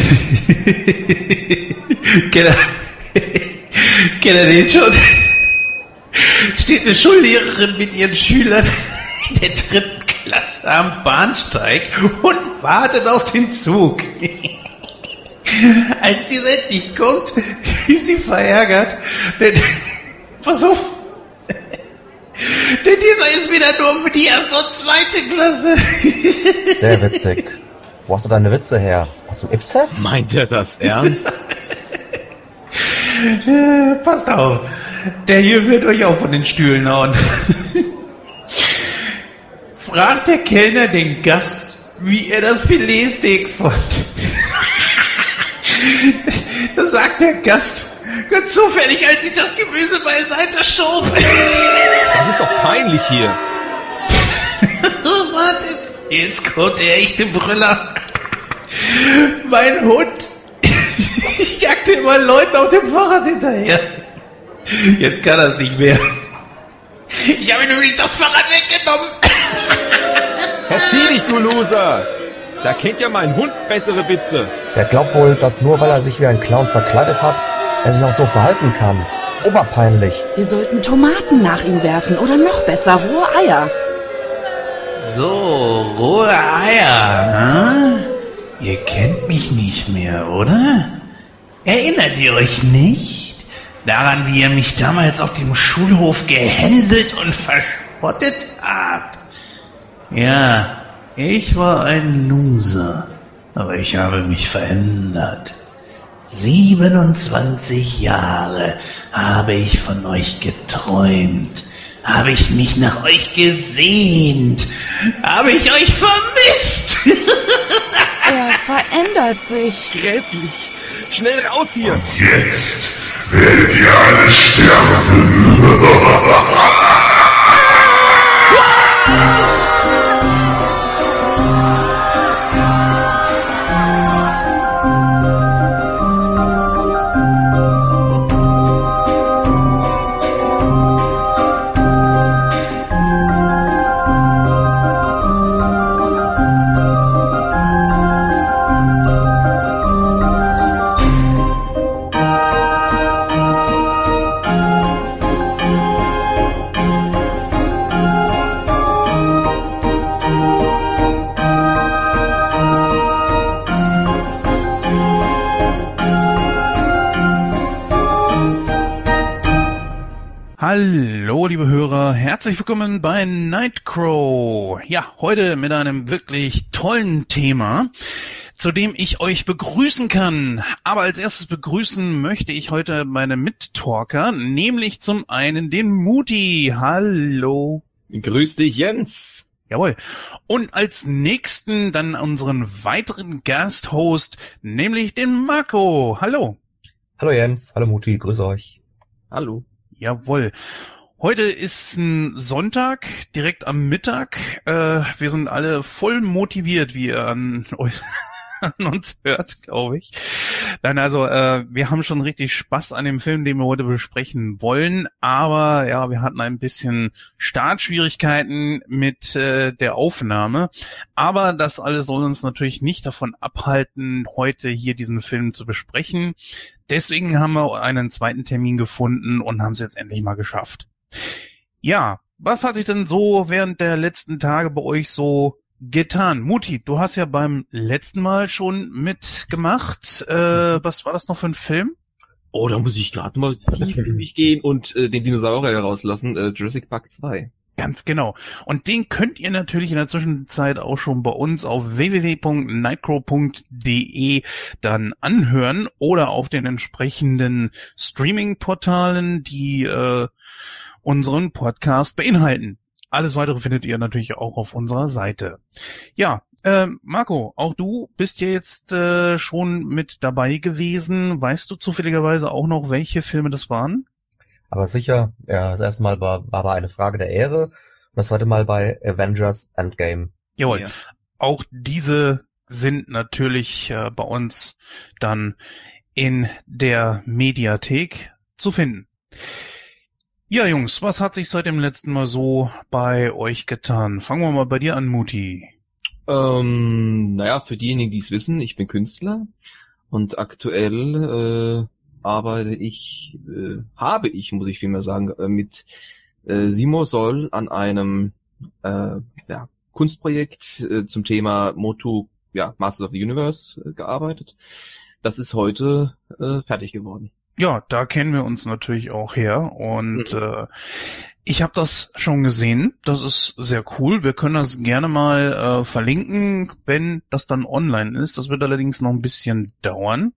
Kennt ihr den schon? Steht eine Schullehrerin mit ihren Schülern in der 3. Klasse am Bahnsteig und wartet auf den Zug. Als dieser endlich kommt, ist sie verärgert, denn, pass auf, denn dieser ist wieder nur für die 1. und 2. Klasse. Sehr witzig. Wo hast du deine Witze her? Hast du Ipsef? Meint er das ernst? Passt auf, der hier wird euch auch von den Stühlen hauen. Fragt der Kellner den Gast, wie er das Filetsteak fand. Da sagt der Gast, ganz zufällig, als ich das Gemüse beiseite schob. Das ist doch peinlich hier. Wartet, jetzt kommt der echte Brüller. Mein Hund jagte immer Leuten auf dem Fahrrad hinterher. Jetzt kann er es nicht mehr. Ich habe ihm nämlich das Fahrrad weggenommen. Verzieh dich, du Loser! Da kennt ja mein Hund bessere Witze. Der glaubt wohl, dass nur weil er sich wie ein Clown verkleidet hat, er sich auch so verhalten kann. Oberpeinlich. Wir sollten Tomaten nach ihm werfen oder noch besser, rohe Eier. So, rohe Eier, hm? Ihr kennt mich nicht mehr, oder? Erinnert ihr euch nicht daran, wie ihr mich damals auf dem Schulhof gehänselt und verspottet habt? Ja, ich war ein Loser, aber ich habe mich verändert. 27 Jahre habe ich von euch geträumt, habe ich mich nach euch gesehnt, habe ich euch vermisst. Er verändert sich. Grässlich. Schnell raus hier. Und jetzt werdet ihr alle sterben. Hallo, liebe Hörer, herzlich willkommen bei Nightcrow. Ja, heute mit einem wirklich tollen Thema, zu dem ich euch begrüßen kann. Aber als erstes begrüßen möchte ich heute meine Mittalker, nämlich zum einen den Muti. Hallo. Grüß dich, Jens. Jawohl. Und als nächsten dann unseren weiteren Gasthost, nämlich den Marco. Hallo. Hallo Jens, hallo Muti, grüße euch. Hallo. Jawohl. Heute ist ein Sonntag, direkt am Mittag. Wir sind alle voll motiviert, wie ihr an uns hört, glaube ich. Nein, also wir haben schon richtig Spaß an dem Film, den wir heute besprechen wollen. Aber ja, wir hatten ein bisschen Startschwierigkeiten mit der Aufnahme. Aber das alles soll uns natürlich nicht davon abhalten, heute hier diesen Film zu besprechen. Deswegen haben wir einen zweiten Termin gefunden und haben es jetzt endlich mal geschafft. Ja, was hat sich denn so während der letzten Tage bei euch so getan? Muti, du hast ja beim letzten Mal schon mitgemacht. Was war das noch für ein Film? Oh, da muss ich gerade mal tief in mich gehen und den Dinosaurier herauslassen. Jurassic Park 2. Ganz genau. Und den könnt ihr natürlich in der Zwischenzeit auch schon bei uns auf www.nightcrow.de dann anhören oder auf den entsprechenden Streaming-Portalen, die unseren Podcast beinhalten. Alles Weitere findet ihr natürlich auch auf unserer Seite. Ja, Marco, auch du bist ja jetzt schon mit dabei gewesen. Weißt du zufälligerweise auch noch, welche Filme das waren? Aber sicher, ja, das erste Mal war aber eine Frage der Ehre und das zweite Mal bei Avengers Endgame. Jawohl. Ja. Auch diese sind natürlich bei uns dann in der Mediathek zu finden. Ja, Jungs, was hat sich seit dem letzten Mal so bei euch getan? Fangen wir mal bei dir an, Muti. Naja, für diejenigen, die es wissen, ich bin Künstler Und aktuell habe ich, muss ich vielmehr sagen, mit Simo Soll an einem Kunstprojekt zum Thema Motu, Masters of the Universe gearbeitet. Das ist heute fertig geworden. Ja, da kennen wir uns natürlich auch her und ich habe das schon gesehen. Das ist sehr cool. Wir können das gerne mal verlinken, wenn das dann online ist. Das wird allerdings noch ein bisschen dauern.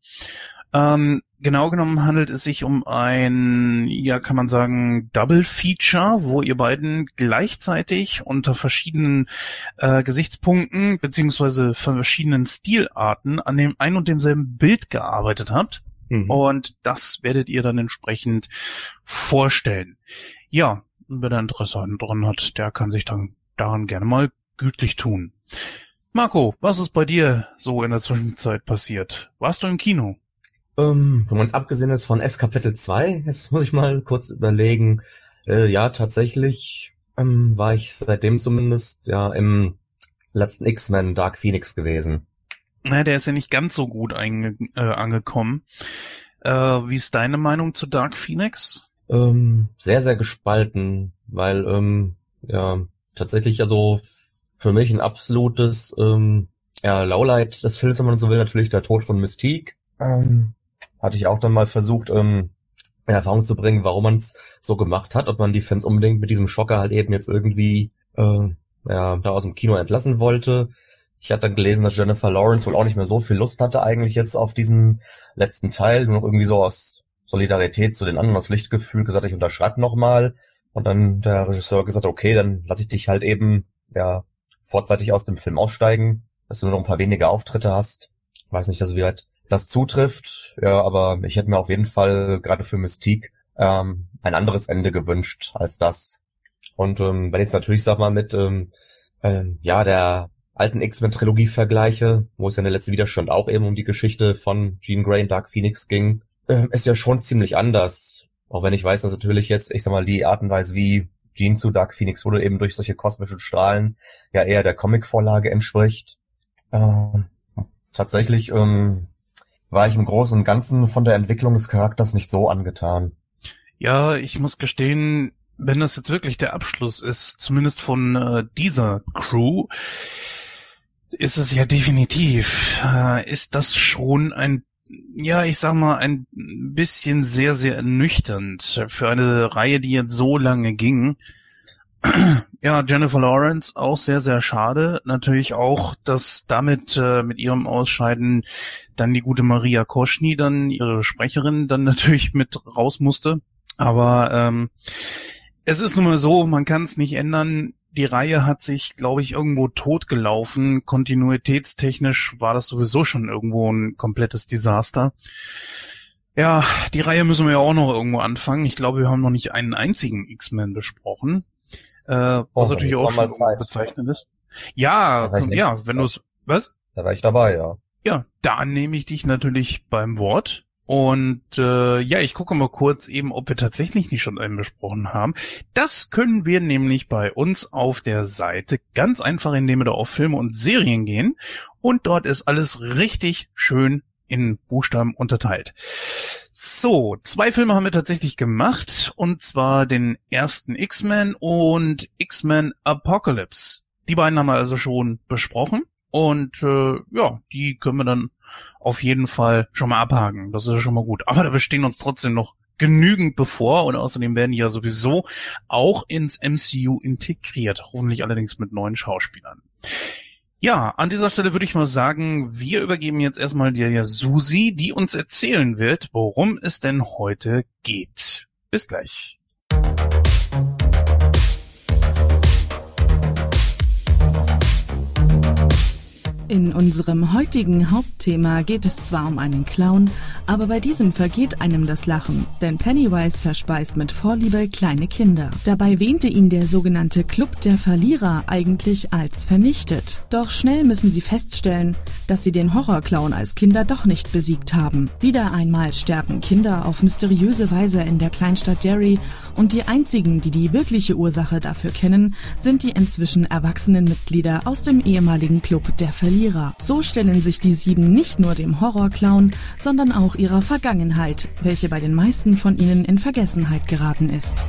Genau genommen handelt es sich um ein, kann man sagen, Double Feature, wo ihr beiden gleichzeitig unter verschiedenen Gesichtspunkten beziehungsweise verschiedenen Stilarten an dem ein und demselben Bild gearbeitet habt. Und das werdet ihr dann entsprechend vorstellen. Ja, wer da Interesse dran hat, der kann sich dann daran gerne mal gütlich tun. Marco, was ist bei dir so in der Zwischenzeit passiert? Warst du im Kino? Wenn man es abgesehen ist von S Kapitel 2, jetzt muss ich mal kurz überlegen. Ja, tatsächlich war ich seitdem zumindest im letzten X-Men Dark Phoenix gewesen. Na, der ist ja nicht ganz so gut angekommen. Wie ist deine Meinung zu Dark Phoenix? Sehr, sehr gespalten, weil tatsächlich also für mich ein absolutes Lowlight des Films, wenn man so will, natürlich der Tod von Mystique. Hatte ich auch dann mal versucht, in Erfahrung zu bringen, warum man es so gemacht hat, ob man die Fans unbedingt mit diesem Schocker halt eben jetzt irgendwie da aus dem Kino entlassen wollte. Ich hatte dann gelesen, dass Jennifer Lawrence wohl auch nicht mehr so viel Lust hatte eigentlich jetzt auf diesen letzten Teil, nur noch irgendwie so aus Solidarität zu den anderen, aus Pflichtgefühl gesagt, ich unterschreibe nochmal. Und dann der Regisseur gesagt, okay, dann lasse ich dich halt eben vorzeitig aus dem Film aussteigen, dass du nur noch ein paar wenige Auftritte hast. Ich weiß nicht, wie weit das zutrifft, aber ich hätte mir auf jeden Fall gerade für Mystique ein anderes Ende gewünscht als das. Und wenn ich es natürlich, sag mal, mit der alten X-Men-Trilogie vergleiche, wo es ja in der letzten Widerstand auch eben um die Geschichte von Jean Grey und Dark Phoenix ging, ist ja schon ziemlich anders. Auch wenn ich weiß, dass natürlich jetzt, ich sag mal, die Art und Weise, wie Jean zu Dark Phoenix wurde, eben durch solche kosmischen Strahlen ja eher der Comic-Vorlage entspricht. Tatsächlich war ich im Großen und Ganzen von der Entwicklung des Charakters nicht so angetan. Ja, ich muss gestehen, wenn das jetzt wirklich der Abschluss ist, zumindest von dieser Crew, ist es ja definitiv, ist das schon ein bisschen sehr, sehr ernüchternd für eine Reihe, die jetzt so lange ging. Ja, Jennifer Lawrence auch sehr, sehr schade. Natürlich auch, dass damit mit ihrem Ausscheiden dann die gute Maria Koschny, dann ihre Sprecherin, dann natürlich mit raus musste. Aber es ist nun mal so, man kann es nicht ändern. Die Reihe hat sich, glaube ich, irgendwo totgelaufen. Kontinuitätstechnisch war das sowieso schon irgendwo ein komplettes Desaster. Ja, die Reihe müssen wir ja auch noch irgendwo anfangen. Ich glaube, wir haben noch nicht einen einzigen X-Men besprochen. Was natürlich auch schon bezeichnend ist. Ja, wenn du es... Was? Da war ich dabei, ja. Ja, da nehme ich dich natürlich beim Wort. Und ich gucke mal kurz eben, ob wir tatsächlich nicht schon einen besprochen haben. Das können wir nämlich bei uns auf der Seite ganz einfach, indem wir da auf Filme und Serien gehen. Und dort ist alles richtig schön in Buchstaben unterteilt. So, 2 Filme haben wir tatsächlich gemacht. Und zwar den ersten X-Men und X-Men Apocalypse. Die beiden haben wir also schon besprochen. Und die können wir dann auf jeden Fall schon mal abhaken. Das ist schon mal gut. Aber da bestehen uns trotzdem noch genügend bevor. Und außerdem werden die ja sowieso auch ins MCU integriert. Hoffentlich allerdings mit neuen Schauspielern. Ja, an dieser Stelle würde ich mal sagen, wir übergeben jetzt erstmal der Susi, die uns erzählen wird, worum es denn heute geht. Bis gleich. In unserem heutigen Hauptthema geht es zwar um einen Clown, aber bei diesem vergeht einem das Lachen, denn Pennywise verspeist mit Vorliebe kleine Kinder. Dabei wähnte ihn der sogenannte Club der Verlierer eigentlich als vernichtet. Doch schnell müssen sie feststellen, dass sie den Horrorclown als Kinder doch nicht besiegt haben. Wieder einmal sterben Kinder auf mysteriöse Weise in der Kleinstadt Derry und die einzigen, die die wirkliche Ursache dafür kennen, sind die inzwischen erwachsenen Mitglieder aus dem ehemaligen Club der Verlierer. Verlierer. So stellen sich die 7 nicht nur dem Horrorclown, sondern auch ihrer Vergangenheit, welche bei den meisten von ihnen in Vergessenheit geraten ist.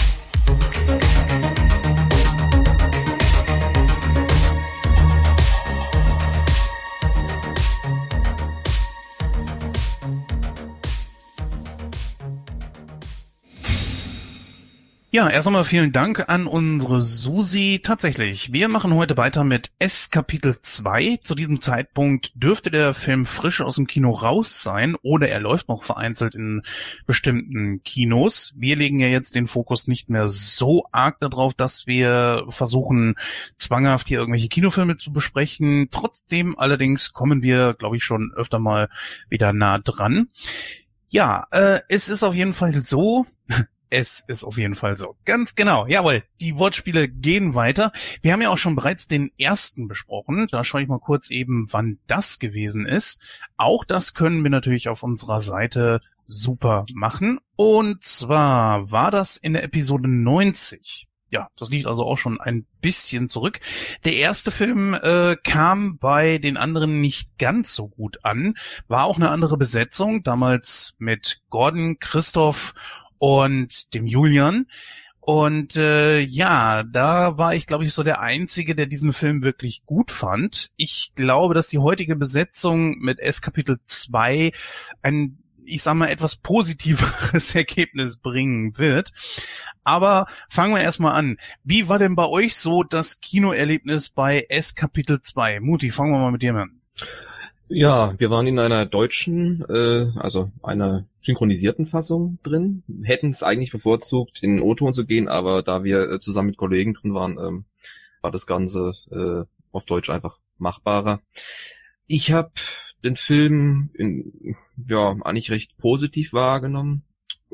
Ja, erst einmal vielen Dank an unsere Susi. Tatsächlich, wir machen heute weiter mit S Kapitel 2. Zu diesem Zeitpunkt dürfte der Film frisch aus dem Kino raus sein oder er läuft noch vereinzelt in bestimmten Kinos. Wir legen ja jetzt den Fokus nicht mehr so arg darauf, dass wir versuchen, zwanghaft hier irgendwelche Kinofilme zu besprechen. Trotzdem allerdings kommen wir, glaube ich, schon öfter mal wieder nah dran. Ja, es ist auf jeden Fall so... Es ist auf jeden Fall so. Ganz genau. Jawohl, die Wortspiele gehen weiter. Wir haben ja auch schon bereits den ersten besprochen. Da schaue ich mal kurz eben, wann das gewesen ist. Auch das können wir natürlich auf unserer Seite super machen. Und zwar war das in der Episode 90. Ja, das liegt also auch schon ein bisschen zurück. Der erste Film kam bei den anderen nicht ganz so gut an. War auch eine andere Besetzung. Damals mit Gordon, Christoph und dem Julian. Und ja, da war ich, glaube ich, so der Einzige, der diesen Film wirklich gut fand. Ich glaube, dass die heutige Besetzung mit S Kapitel 2 ein, ich sag mal, etwas positiveres Ergebnis bringen wird. Aber fangen wir erstmal an. Wie war denn bei euch so das Kinoerlebnis bei S Kapitel 2? Muti, fangen wir mal mit dir an. Ja, wir waren in einer deutschen, also einer synchronisierten Fassung drin. Hätten es eigentlich bevorzugt, in den O-Ton zu gehen, aber da wir zusammen mit Kollegen drin waren, war das Ganze auf Deutsch einfach machbarer. Ich habe den Film eigentlich recht positiv wahrgenommen.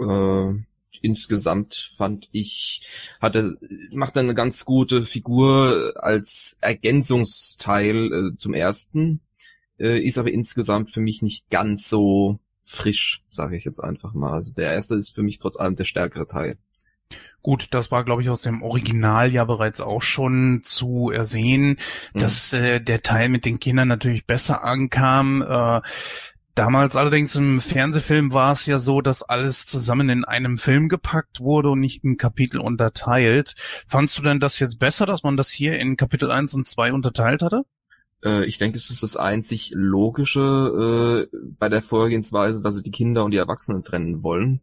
Insgesamt fand ich, macht eine ganz gute Figur als Ergänzungsteil zum ersten. Ist aber insgesamt für mich nicht ganz so frisch, sage ich jetzt einfach mal. Also der erste ist für mich trotz allem der stärkere Teil. Gut, das war, glaube ich, aus dem Original ja bereits auch schon zu ersehen, dass der Teil mit den Kindern natürlich besser ankam. Damals allerdings im Fernsehfilm war es ja so, dass alles zusammen in einem Film gepackt wurde und nicht in Kapitel unterteilt. Fandst du denn das jetzt besser, dass man das hier in Kapitel 1 und 2 unterteilt hatte? Ich denke, es ist das einzig Logische bei der Vorgehensweise, dass sie die Kinder und die Erwachsenen trennen wollen.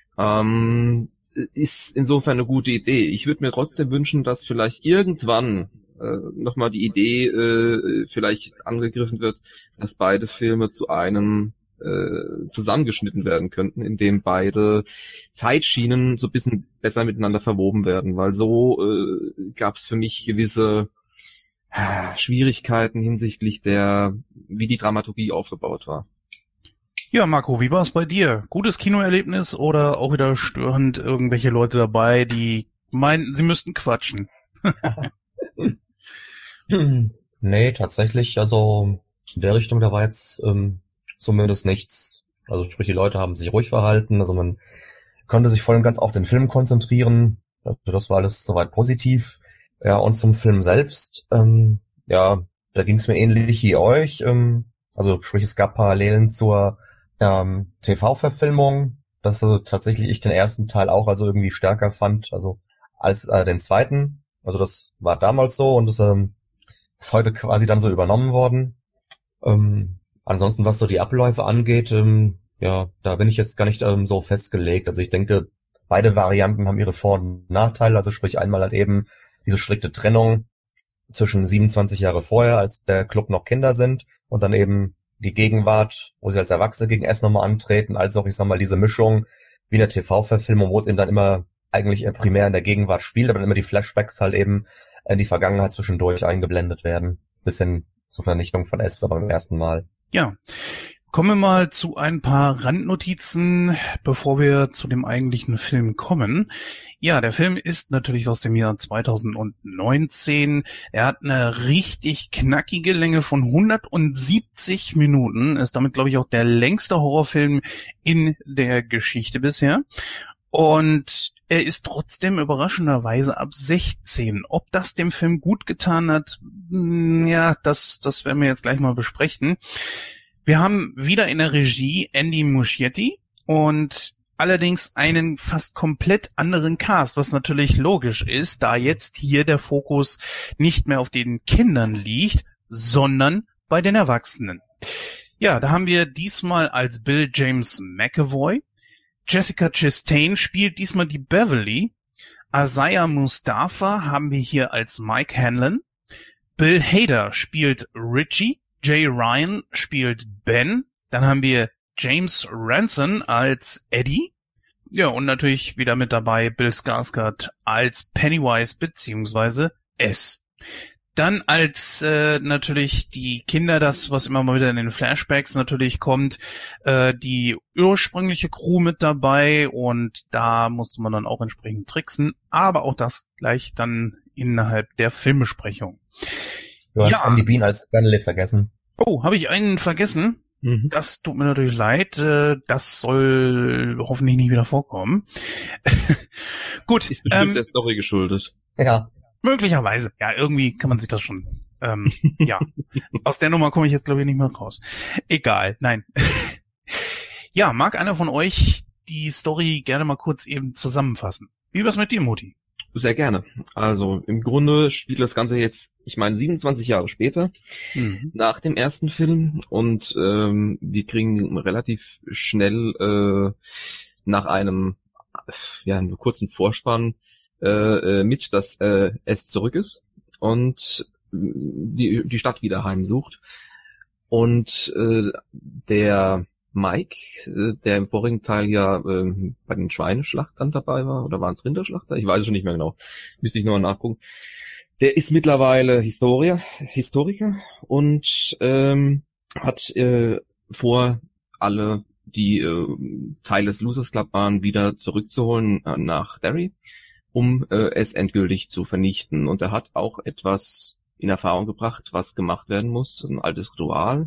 Ist insofern eine gute Idee. Ich würde mir trotzdem wünschen, dass vielleicht irgendwann nochmal die Idee vielleicht angegriffen wird, dass beide Filme zu einem zusammengeschnitten werden könnten, indem beide Zeitschienen so ein bisschen besser miteinander verwoben werden, weil so gab es für mich gewisse Schwierigkeiten hinsichtlich wie die Dramaturgie aufgebaut war. Ja, Marco, wie war es bei dir? Gutes Kinoerlebnis oder auch wieder störend irgendwelche Leute dabei, die meinten, sie müssten quatschen? Nee, tatsächlich, also in der Richtung, da war jetzt zumindest nichts. Also sprich, die Leute haben sich ruhig verhalten, also man konnte sich voll und ganz auf den Film konzentrieren. Also das war alles soweit positiv. Ja, und zum Film selbst, da ging es mir ähnlich wie euch. Also sprich, es gab Parallelen zur TV-Verfilmung, dass also tatsächlich ich den ersten Teil auch also irgendwie stärker fand, also als den zweiten. Also das war damals so und das ist heute quasi dann so übernommen worden. Ansonsten, was so die Abläufe angeht, da bin ich jetzt gar nicht so festgelegt. Also ich denke, beide Varianten haben ihre Vor- und Nachteile. Also sprich einmal halt eben diese strikte Trennung zwischen 27 Jahre vorher, als der Club noch Kinder sind, und dann eben die Gegenwart, wo sie als Erwachsene gegen S nochmal antreten, als auch, ich sag mal, diese Mischung wie in der TV-Verfilmung, wo es eben dann immer eigentlich primär in der Gegenwart spielt, aber dann immer die Flashbacks halt eben in die Vergangenheit zwischendurch eingeblendet werden. Bis hin zur Vernichtung von S, aber beim ersten Mal. Ja. Kommen wir mal zu ein paar Randnotizen, bevor wir zu dem eigentlichen Film kommen. Ja, der Film ist natürlich aus dem Jahr 2019. Er hat eine richtig knackige Länge von 170 Minuten. Ist damit, glaube ich, auch der längste Horrorfilm in der Geschichte bisher. Und er ist trotzdem überraschenderweise ab 16. Ob das dem Film gut getan hat, ja, das werden wir jetzt gleich mal besprechen. Wir haben wieder in der Regie Andy Muschietti und allerdings einen fast komplett anderen Cast, was natürlich logisch ist, da jetzt hier der Fokus nicht mehr auf den Kindern liegt, sondern bei den Erwachsenen. Ja, da haben wir diesmal als Bill James McAvoy. Jessica Chastain spielt diesmal die Beverly. Isaiah Mustafa haben wir hier als Mike Hanlon. Bill Hader spielt Richie. Jay Ryan spielt Ben. Dann haben wir James Ranson als Eddie. Ja, und natürlich wieder mit dabei Bill Skarsgård als Pennywise beziehungsweise S. Dann als natürlich die Kinder, das, was immer mal wieder in den Flashbacks natürlich kommt, die ursprüngliche Crew mit dabei und da musste man dann auch entsprechend tricksen, aber auch das gleich dann innerhalb der Filmbesprechung. Du hast Andy Bean als Stanley vergessen. Oh, habe ich einen vergessen? Das tut mir natürlich leid. Das soll hoffentlich nicht wieder vorkommen. Gut. Ist bestimmt der Story geschuldet. Ja. Möglicherweise. Ja, irgendwie kann man sich das schon. Ja. Aus der Nummer komme ich jetzt, glaube ich, nicht mehr raus. Egal. Nein. Ja, mag einer von euch die Story gerne mal kurz eben zusammenfassen? Wie war's mit dir, Mutti? Sehr gerne. Also im Grunde spielt das Ganze jetzt, ich meine, 27 Jahre später, nach dem ersten Film. Und wir kriegen relativ schnell nach einem kurzen Vorspann mit, dass es zurück ist und die Stadt wieder heimsucht. Und der Mike, der im vorigen Teil ja bei den Schweineschlachtern dabei war, oder waren es Rinderschlachter? Ich weiß es schon nicht mehr genau. Müsste ich nochmal nachgucken. Der ist mittlerweile Historiker und hat vor, alle die Teil des Losers Club waren, wieder zurückzuholen nach Derry, um es endgültig zu vernichten. Und er hat auch etwas in Erfahrung gebracht, was gemacht werden muss, ein altes Ritual.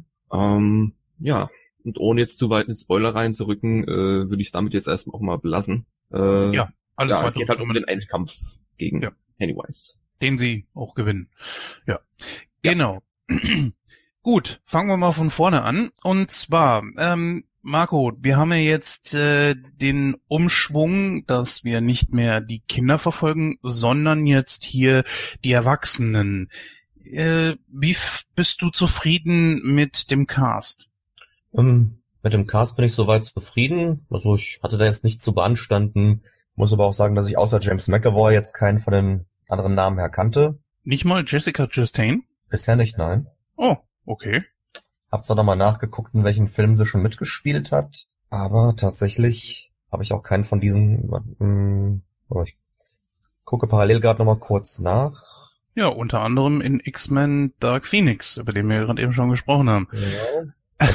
Und ohne jetzt zu weit mit Spoiler reinzurücken, würde ich es damit jetzt erstmal auch mal belassen. Alles weiter. Es geht halt um den Endkampf gegen Pennywise. Den sie auch gewinnen. Ja. Genau. Gut, fangen wir mal von vorne an. Und zwar, Marco, wir haben ja jetzt den Umschwung, dass wir nicht mehr die Kinder verfolgen, sondern jetzt hier die Erwachsenen. Wie bist du zufrieden mit dem Cast? Mit dem Cast bin ich soweit zufrieden. Also ich hatte da jetzt nichts zu beanstanden. Muss aber auch sagen, dass ich außer James McAvoy jetzt keinen von den anderen Namen her kannte. Nicht mal Jessica Chastain? Bisher nicht, nein. Oh, okay. Hab zwar nochmal nachgeguckt, in welchen Filmen sie schon mitgespielt hat, aber tatsächlich habe ich auch keinen von diesen. Ich gucke parallel gerade nochmal kurz nach. Ja, unter anderem in X-Men Dark Phoenix, über den wir gerade eben schon gesprochen haben. Ja,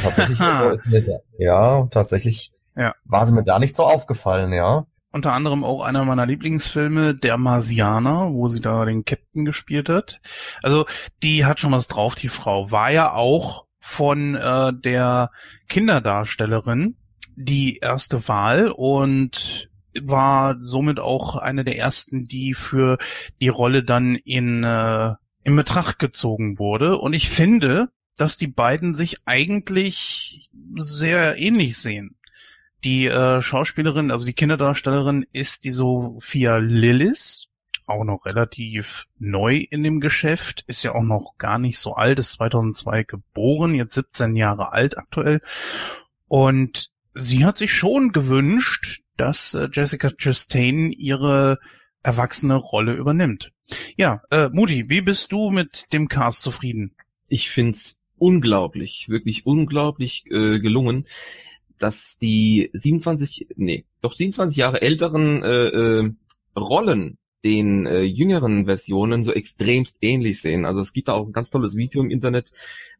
tatsächlich war sie mir da nicht so aufgefallen, ja. Unter anderem auch einer meiner Lieblingsfilme, Der Marsianer, wo sie da den Captain gespielt hat. Also die hat schon was drauf, die Frau. War ja auch von der Kinderdarstellerin die erste Wahl und war somit auch eine der ersten, die für die Rolle dann in Betracht gezogen wurde. Und ich finde, dass die beiden sich eigentlich sehr ähnlich sehen. Die Schauspielerin, also die Kinderdarstellerin, ist die Sophia Lillis, auch noch relativ neu in dem Geschäft, ist ja auch noch gar nicht so alt, ist 2002 geboren, jetzt 17 Jahre alt aktuell. Und sie hat sich schon gewünscht, dass Jessica Chastain ihre erwachsene Rolle übernimmt. Ja, Mutti, wie bist du mit dem Cast zufrieden? Ich find's unglaublich, wirklich unglaublich gelungen, dass die 27 Jahre älteren Rollen den jüngeren Versionen so extremst ähnlich sehen. Also es gibt da auch ein ganz tolles Video im Internet,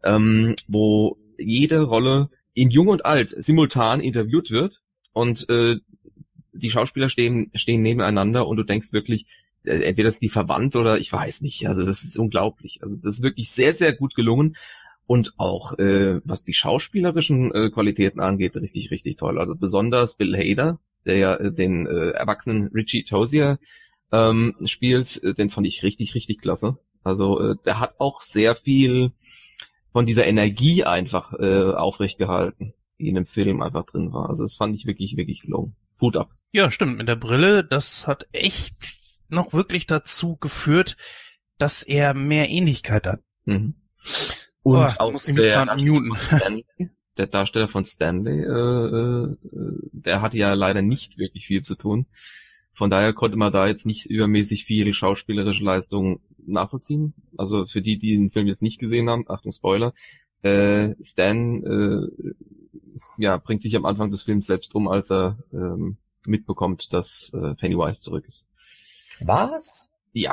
wo jede Rolle in Jung und Alt simultan interviewt wird und die Schauspieler stehen nebeneinander und du denkst wirklich, entweder ist die verwandt oder ich weiß nicht. Also das ist unglaublich. Also das ist wirklich sehr, sehr gut gelungen. Und auch, was die schauspielerischen Qualitäten angeht, richtig, richtig toll. Also besonders Bill Hader der ja den erwachsenen Richie Tozier spielt, den fand ich richtig, richtig klasse. Also der hat auch sehr viel von dieser Energie einfach aufrecht gehalten, die in dem Film einfach drin war. Also das fand ich wirklich, wirklich gelungen. Hut ab. Ja, stimmt. Mit der Brille, das hat echt noch wirklich dazu geführt, dass er mehr Ähnlichkeit hat. Mhm. Und auch muss ich mich gerade muten. Der Darsteller von Stanley, der hatte ja leider nicht wirklich viel zu tun. Von daher konnte man da jetzt nicht übermäßig viel schauspielerische Leistung nachvollziehen. Also für die den Film jetzt nicht gesehen haben, Achtung Spoiler, Stan bringt sich am Anfang des Films selbst um, als er mitbekommt, dass Pennywise zurück ist. Was? Ja.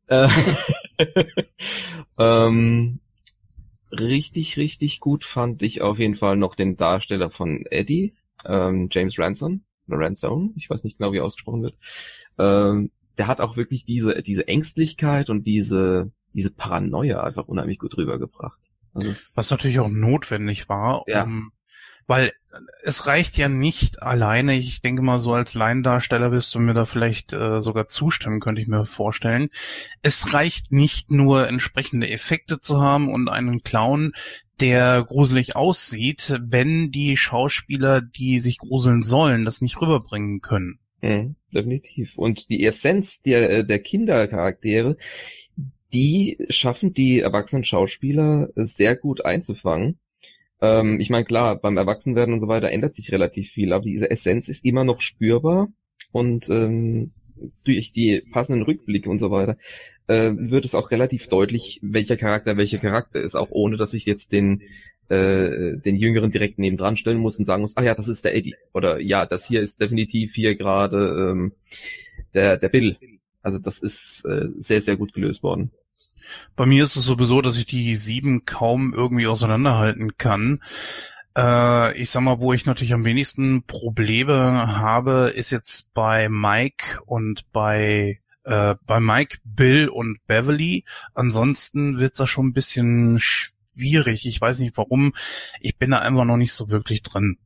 Richtig, richtig gut fand ich auf jeden Fall noch den Darsteller von Eddie, James Ransone, ich weiß nicht genau, wie er ausgesprochen wird. Der hat auch wirklich diese Ängstlichkeit und diese Paranoia einfach unheimlich gut rübergebracht. Also was natürlich auch notwendig war, ja. Weil es reicht ja nicht alleine, ich denke mal, so als Laiendarsteller wirst du mir da vielleicht sogar zustimmen, könnte ich mir vorstellen. Es reicht nicht nur, entsprechende Effekte zu haben und einen Clown, der gruselig aussieht, wenn die Schauspieler, die sich gruseln sollen, das nicht rüberbringen können. Definitiv. Und die Essenz der Kindercharaktere, die schaffen die erwachsenen Schauspieler sehr gut einzufangen. Ich meine, klar, beim Erwachsenwerden und so weiter ändert sich relativ viel, aber diese Essenz ist immer noch spürbar und durch die passenden Rückblicke und so weiter wird es auch relativ deutlich, welcher Charakter ist, auch ohne, dass ich jetzt den Jüngeren direkt nebendran stellen muss und sagen muss, ach ja, das ist der Eddie oder ja, das hier ist definitiv hier gerade der Bill. Also das ist sehr, sehr gut gelöst worden. Bei mir ist es sowieso, dass ich die 7 kaum irgendwie auseinanderhalten kann. Ich sag mal, wo ich natürlich am wenigsten Probleme habe, ist jetzt bei Mike und bei Mike, Bill und Beverly. Ansonsten wird's da schon ein bisschen schwierig. Ich weiß nicht warum. Ich bin da einfach noch nicht so wirklich drin.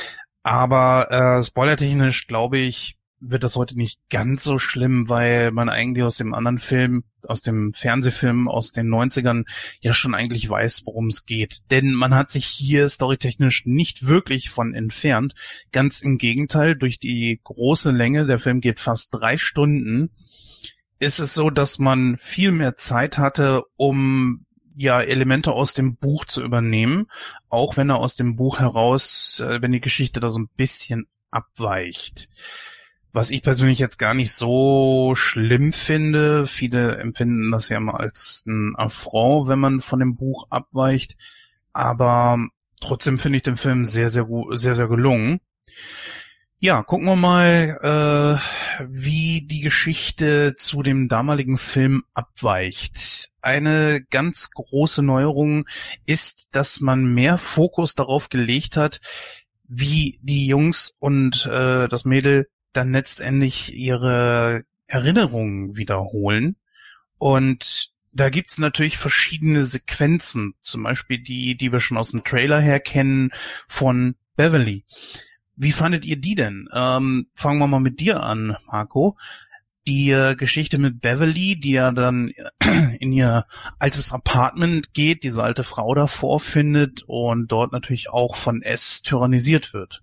Aber spoilertechnisch, glaube ich, wird das heute nicht ganz so schlimm, weil man eigentlich aus dem anderen Film, aus dem Fernsehfilm aus den 90ern ja schon eigentlich weiß, worum es geht. Denn man hat sich hier storytechnisch nicht wirklich von entfernt. Ganz im Gegenteil, durch die große Länge, der Film geht fast 3 Stunden, ist es so, dass man viel mehr Zeit hatte, um ja Elemente aus dem Buch zu übernehmen, auch wenn er aus dem Buch heraus, wenn die Geschichte da so ein bisschen abweicht. Was ich persönlich jetzt gar nicht so schlimm finde. Viele empfinden das ja mal als ein Affront, wenn man von dem Buch abweicht. Aber trotzdem finde ich den Film sehr, sehr gut, sehr, sehr gelungen. Ja, gucken wir mal, wie die Geschichte zu dem damaligen Film abweicht. Eine ganz große Neuerung ist, dass man mehr Fokus darauf gelegt hat, wie die Jungs und das Mädel dann letztendlich ihre Erinnerungen wiederholen. Und da gibt's natürlich verschiedene Sequenzen, zum Beispiel die wir schon aus dem Trailer her kennen von Beverly. Wie fandet ihr die denn? Fangen wir mal mit dir an, Marco. Die Geschichte mit Beverly, die ja dann in ihr altes Apartment geht, diese alte Frau da vorfindet und dort natürlich auch von S tyrannisiert wird.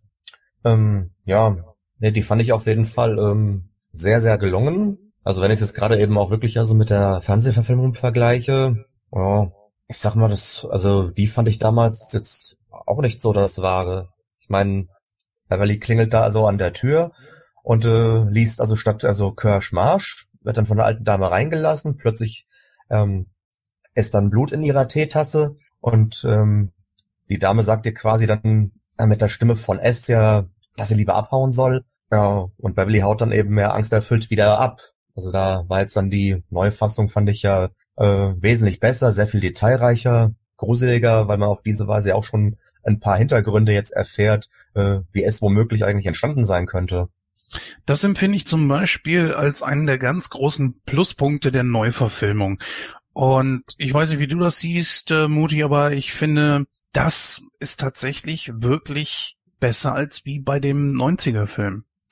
Die fand ich auf jeden Fall sehr, sehr gelungen. Also wenn ich es jetzt gerade eben auch wirklich also mit der Fernsehverfilmung vergleiche, ja, ich sag mal, die fand ich damals jetzt auch nicht so das Wahre. Ich meine, Beverly klingelt da also an der Tür und liest also statt Kirsch Marsch, wird dann von der alten Dame reingelassen, plötzlich ist dann Blut in ihrer Teetasse und die Dame sagt ihr quasi dann mit der Stimme von S ja, dass sie lieber abhauen soll. Ja, und Beverly haut dann eben mehr angsterfüllt wieder ab. Also da war jetzt dann die neue Fassung, fand ich ja wesentlich besser, sehr viel detailreicher, gruseliger, weil man auf diese Weise auch schon ein paar Hintergründe jetzt erfährt, wie es womöglich eigentlich entstanden sein könnte. Das empfinde ich zum Beispiel als einen der ganz großen Pluspunkte der Neuverfilmung. Und ich weiß nicht, wie du das siehst, Muti, aber ich finde, das ist tatsächlich wirklich besser als wie bei dem 90er-Film.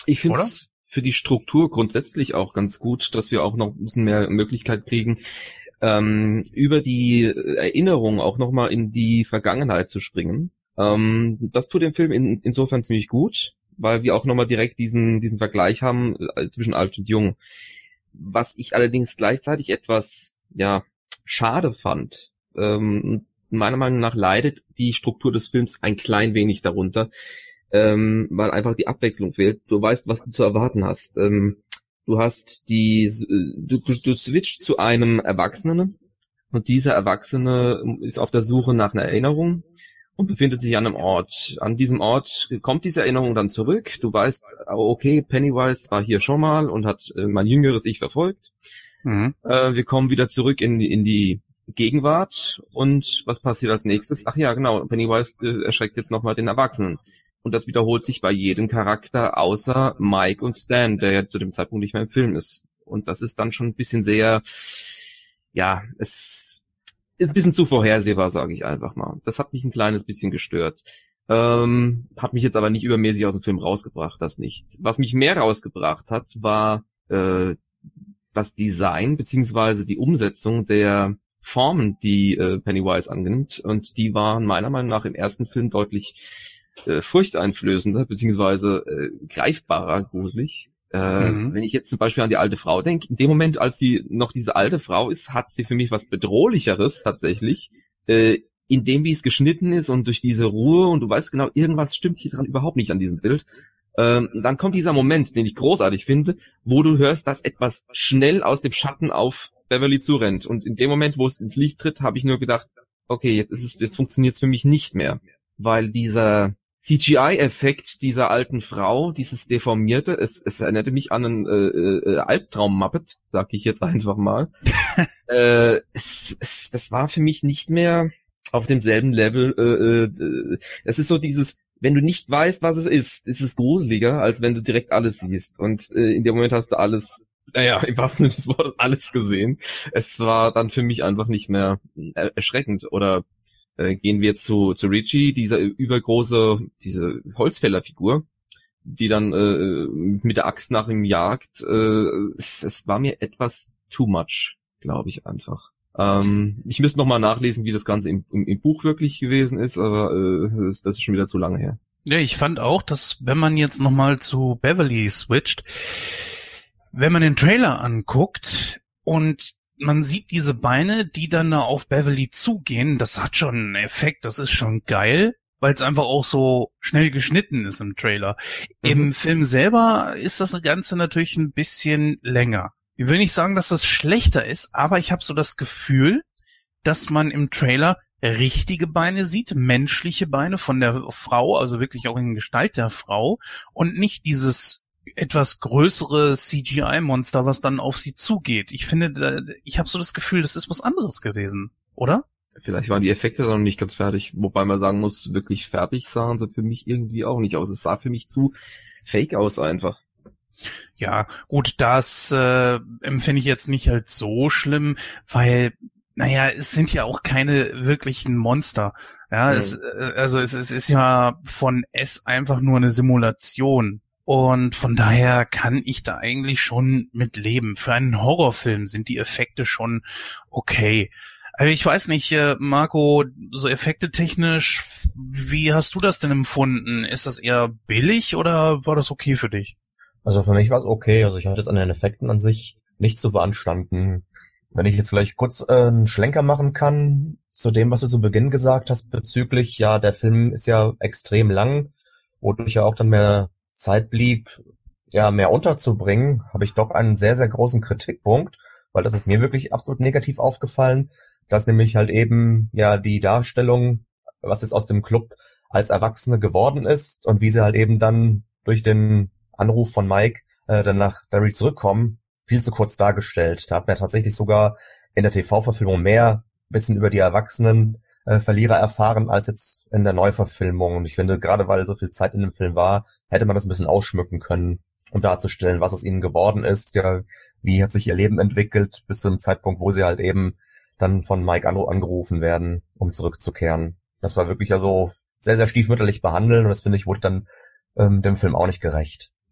Ich finde es für die Struktur grundsätzlich auch ganz gut, dass wir auch noch ein bisschen mehr Möglichkeit kriegen, über die Erinnerung auch nochmal in die Vergangenheit zu springen. Das tut dem Film insofern ziemlich gut, weil wir auch nochmal direkt diesen Vergleich haben zwischen alt und jung. Was ich allerdings gleichzeitig etwas, schade fand. Meiner Meinung nach leidet die Struktur des Films ein klein wenig darunter, weil einfach die Abwechslung fehlt. Du weißt, was du zu erwarten hast. Du hast du switcht zu einem Erwachsenen und dieser Erwachsene ist auf der Suche nach einer Erinnerung und befindet sich an einem Ort. An diesem Ort kommt diese Erinnerung dann zurück. Du weißt, okay, Pennywise war hier schon mal und hat mein jüngeres Ich verfolgt. Mhm. Wir kommen wieder zurück in die Gegenwart und was passiert als nächstes? Ach ja, genau, Pennywise erschreckt jetzt nochmal den Erwachsenen. Und das wiederholt sich bei jedem Charakter, außer Mike und Stan, der ja zu dem Zeitpunkt nicht mehr im Film ist. Und das ist dann schon ein bisschen sehr, es ist ein bisschen zu vorhersehbar, sage ich einfach mal. Das hat mich ein kleines bisschen gestört. Hat mich jetzt aber nicht übermäßig aus dem Film rausgebracht, das nicht. Was mich mehr rausgebracht hat, war das Design beziehungsweise die Umsetzung der Formen, die Pennywise annimmt. Und die waren meiner Meinung nach im ersten Film deutlich furchteinflößender, beziehungsweise greifbarer, gruselig. Wenn ich jetzt zum Beispiel an die alte Frau denke, in dem Moment, als sie noch diese alte Frau ist, hat sie für mich was Bedrohlicheres tatsächlich, in dem, wie es geschnitten ist und durch diese Ruhe und du weißt genau, irgendwas stimmt hier dran überhaupt nicht an diesem Bild. Dann kommt dieser Moment, den ich großartig finde, wo du hörst, dass etwas schnell aus dem Schatten auf Beverly zurennt. Und in dem Moment, wo es ins Licht tritt, habe ich nur gedacht, okay, jetzt funktioniert es für mich nicht mehr. Weil dieser CGI-Effekt dieser alten Frau, dieses Deformierte, es erinnerte mich an einen Albtraum-Muppet, sag ich jetzt einfach mal. Das war für mich nicht mehr auf demselben Level. Es ist so dieses, wenn du nicht weißt, was es ist es gruseliger, als wenn du direkt alles siehst. Und in dem Moment hast du alles, im wahrsten Sinne des Wortes alles gesehen. Es war dann für mich einfach nicht mehr erschreckend. Oder gehen wir jetzt zu Richie, diese Holzfällerfigur, die dann mit der Axt nach ihm jagt. Es war mir etwas too much, glaube ich einfach. Ich müsste noch mal nachlesen, wie das Ganze im Buch wirklich gewesen ist, aber das ist schon wieder zu lange her. Ja, ich fand auch, dass wenn man jetzt noch mal zu Beverly switcht, wenn man den Trailer anguckt und man sieht diese Beine, die dann da auf Beverly zugehen, das hat schon einen Effekt, das ist schon geil, weil es einfach auch so schnell geschnitten ist im Trailer. Im Film selber ist das Ganze natürlich ein bisschen länger. Ich will nicht sagen, dass das schlechter ist, aber ich habe so das Gefühl, dass man im Trailer richtige Beine sieht, menschliche Beine von der Frau, also wirklich auch in Gestalt der Frau und nicht dieses etwas größere CGI-Monster, was dann auf sie zugeht. Ich finde, ich habe so das Gefühl, das ist was anderes gewesen, oder? Vielleicht waren die Effekte dann noch nicht ganz fertig, wobei man sagen muss, wirklich fertig sahen sie für mich irgendwie auch nicht aus. Es sah für mich zu fake aus einfach. Ja, gut, das empfinde ich jetzt nicht als so schlimm, weil, es sind ja auch keine wirklichen Monster. Ja, es ist ja von S einfach nur eine Simulation. Und von daher kann ich da eigentlich schon mit leben. Für einen Horrorfilm sind die Effekte schon okay. Also ich weiß nicht, Marco, so effektetechnisch, wie hast du das denn empfunden? Ist das eher billig oder war das okay für dich? Also für mich war es okay. Also ich hatte jetzt an den Effekten an sich nichts zu beanstanden. Wenn ich jetzt vielleicht kurz einen Schlenker machen kann zu dem, was du zu Beginn gesagt hast bezüglich, der Film ist ja extrem lang, wodurch ja auch dann mehr Zeit blieb, mehr unterzubringen, habe ich doch einen sehr, sehr großen Kritikpunkt, weil das ist mir wirklich absolut negativ aufgefallen, dass nämlich halt eben die Darstellung, was jetzt aus dem Club als Erwachsene geworden ist und wie sie halt eben dann durch den Anruf von Mike dann nach Derry zurückkommen, viel zu kurz dargestellt. Da hat man ja tatsächlich sogar in der TV-Verfilmung mehr bisschen über die Erwachsenen Verlierer erfahren als jetzt in der Neuverfilmung. Und ich finde, gerade weil so viel Zeit in dem Film war, hätte man das ein bisschen ausschmücken können, um darzustellen, was aus ihnen geworden ist. Ja, wie hat sich ihr Leben entwickelt bis zu dem Zeitpunkt, wo sie halt eben dann von Mike angerufen werden, um zurückzukehren. Das war wirklich sehr, sehr stiefmütterlich behandelt und das, finde ich, wurde dann dem Film auch nicht gerecht.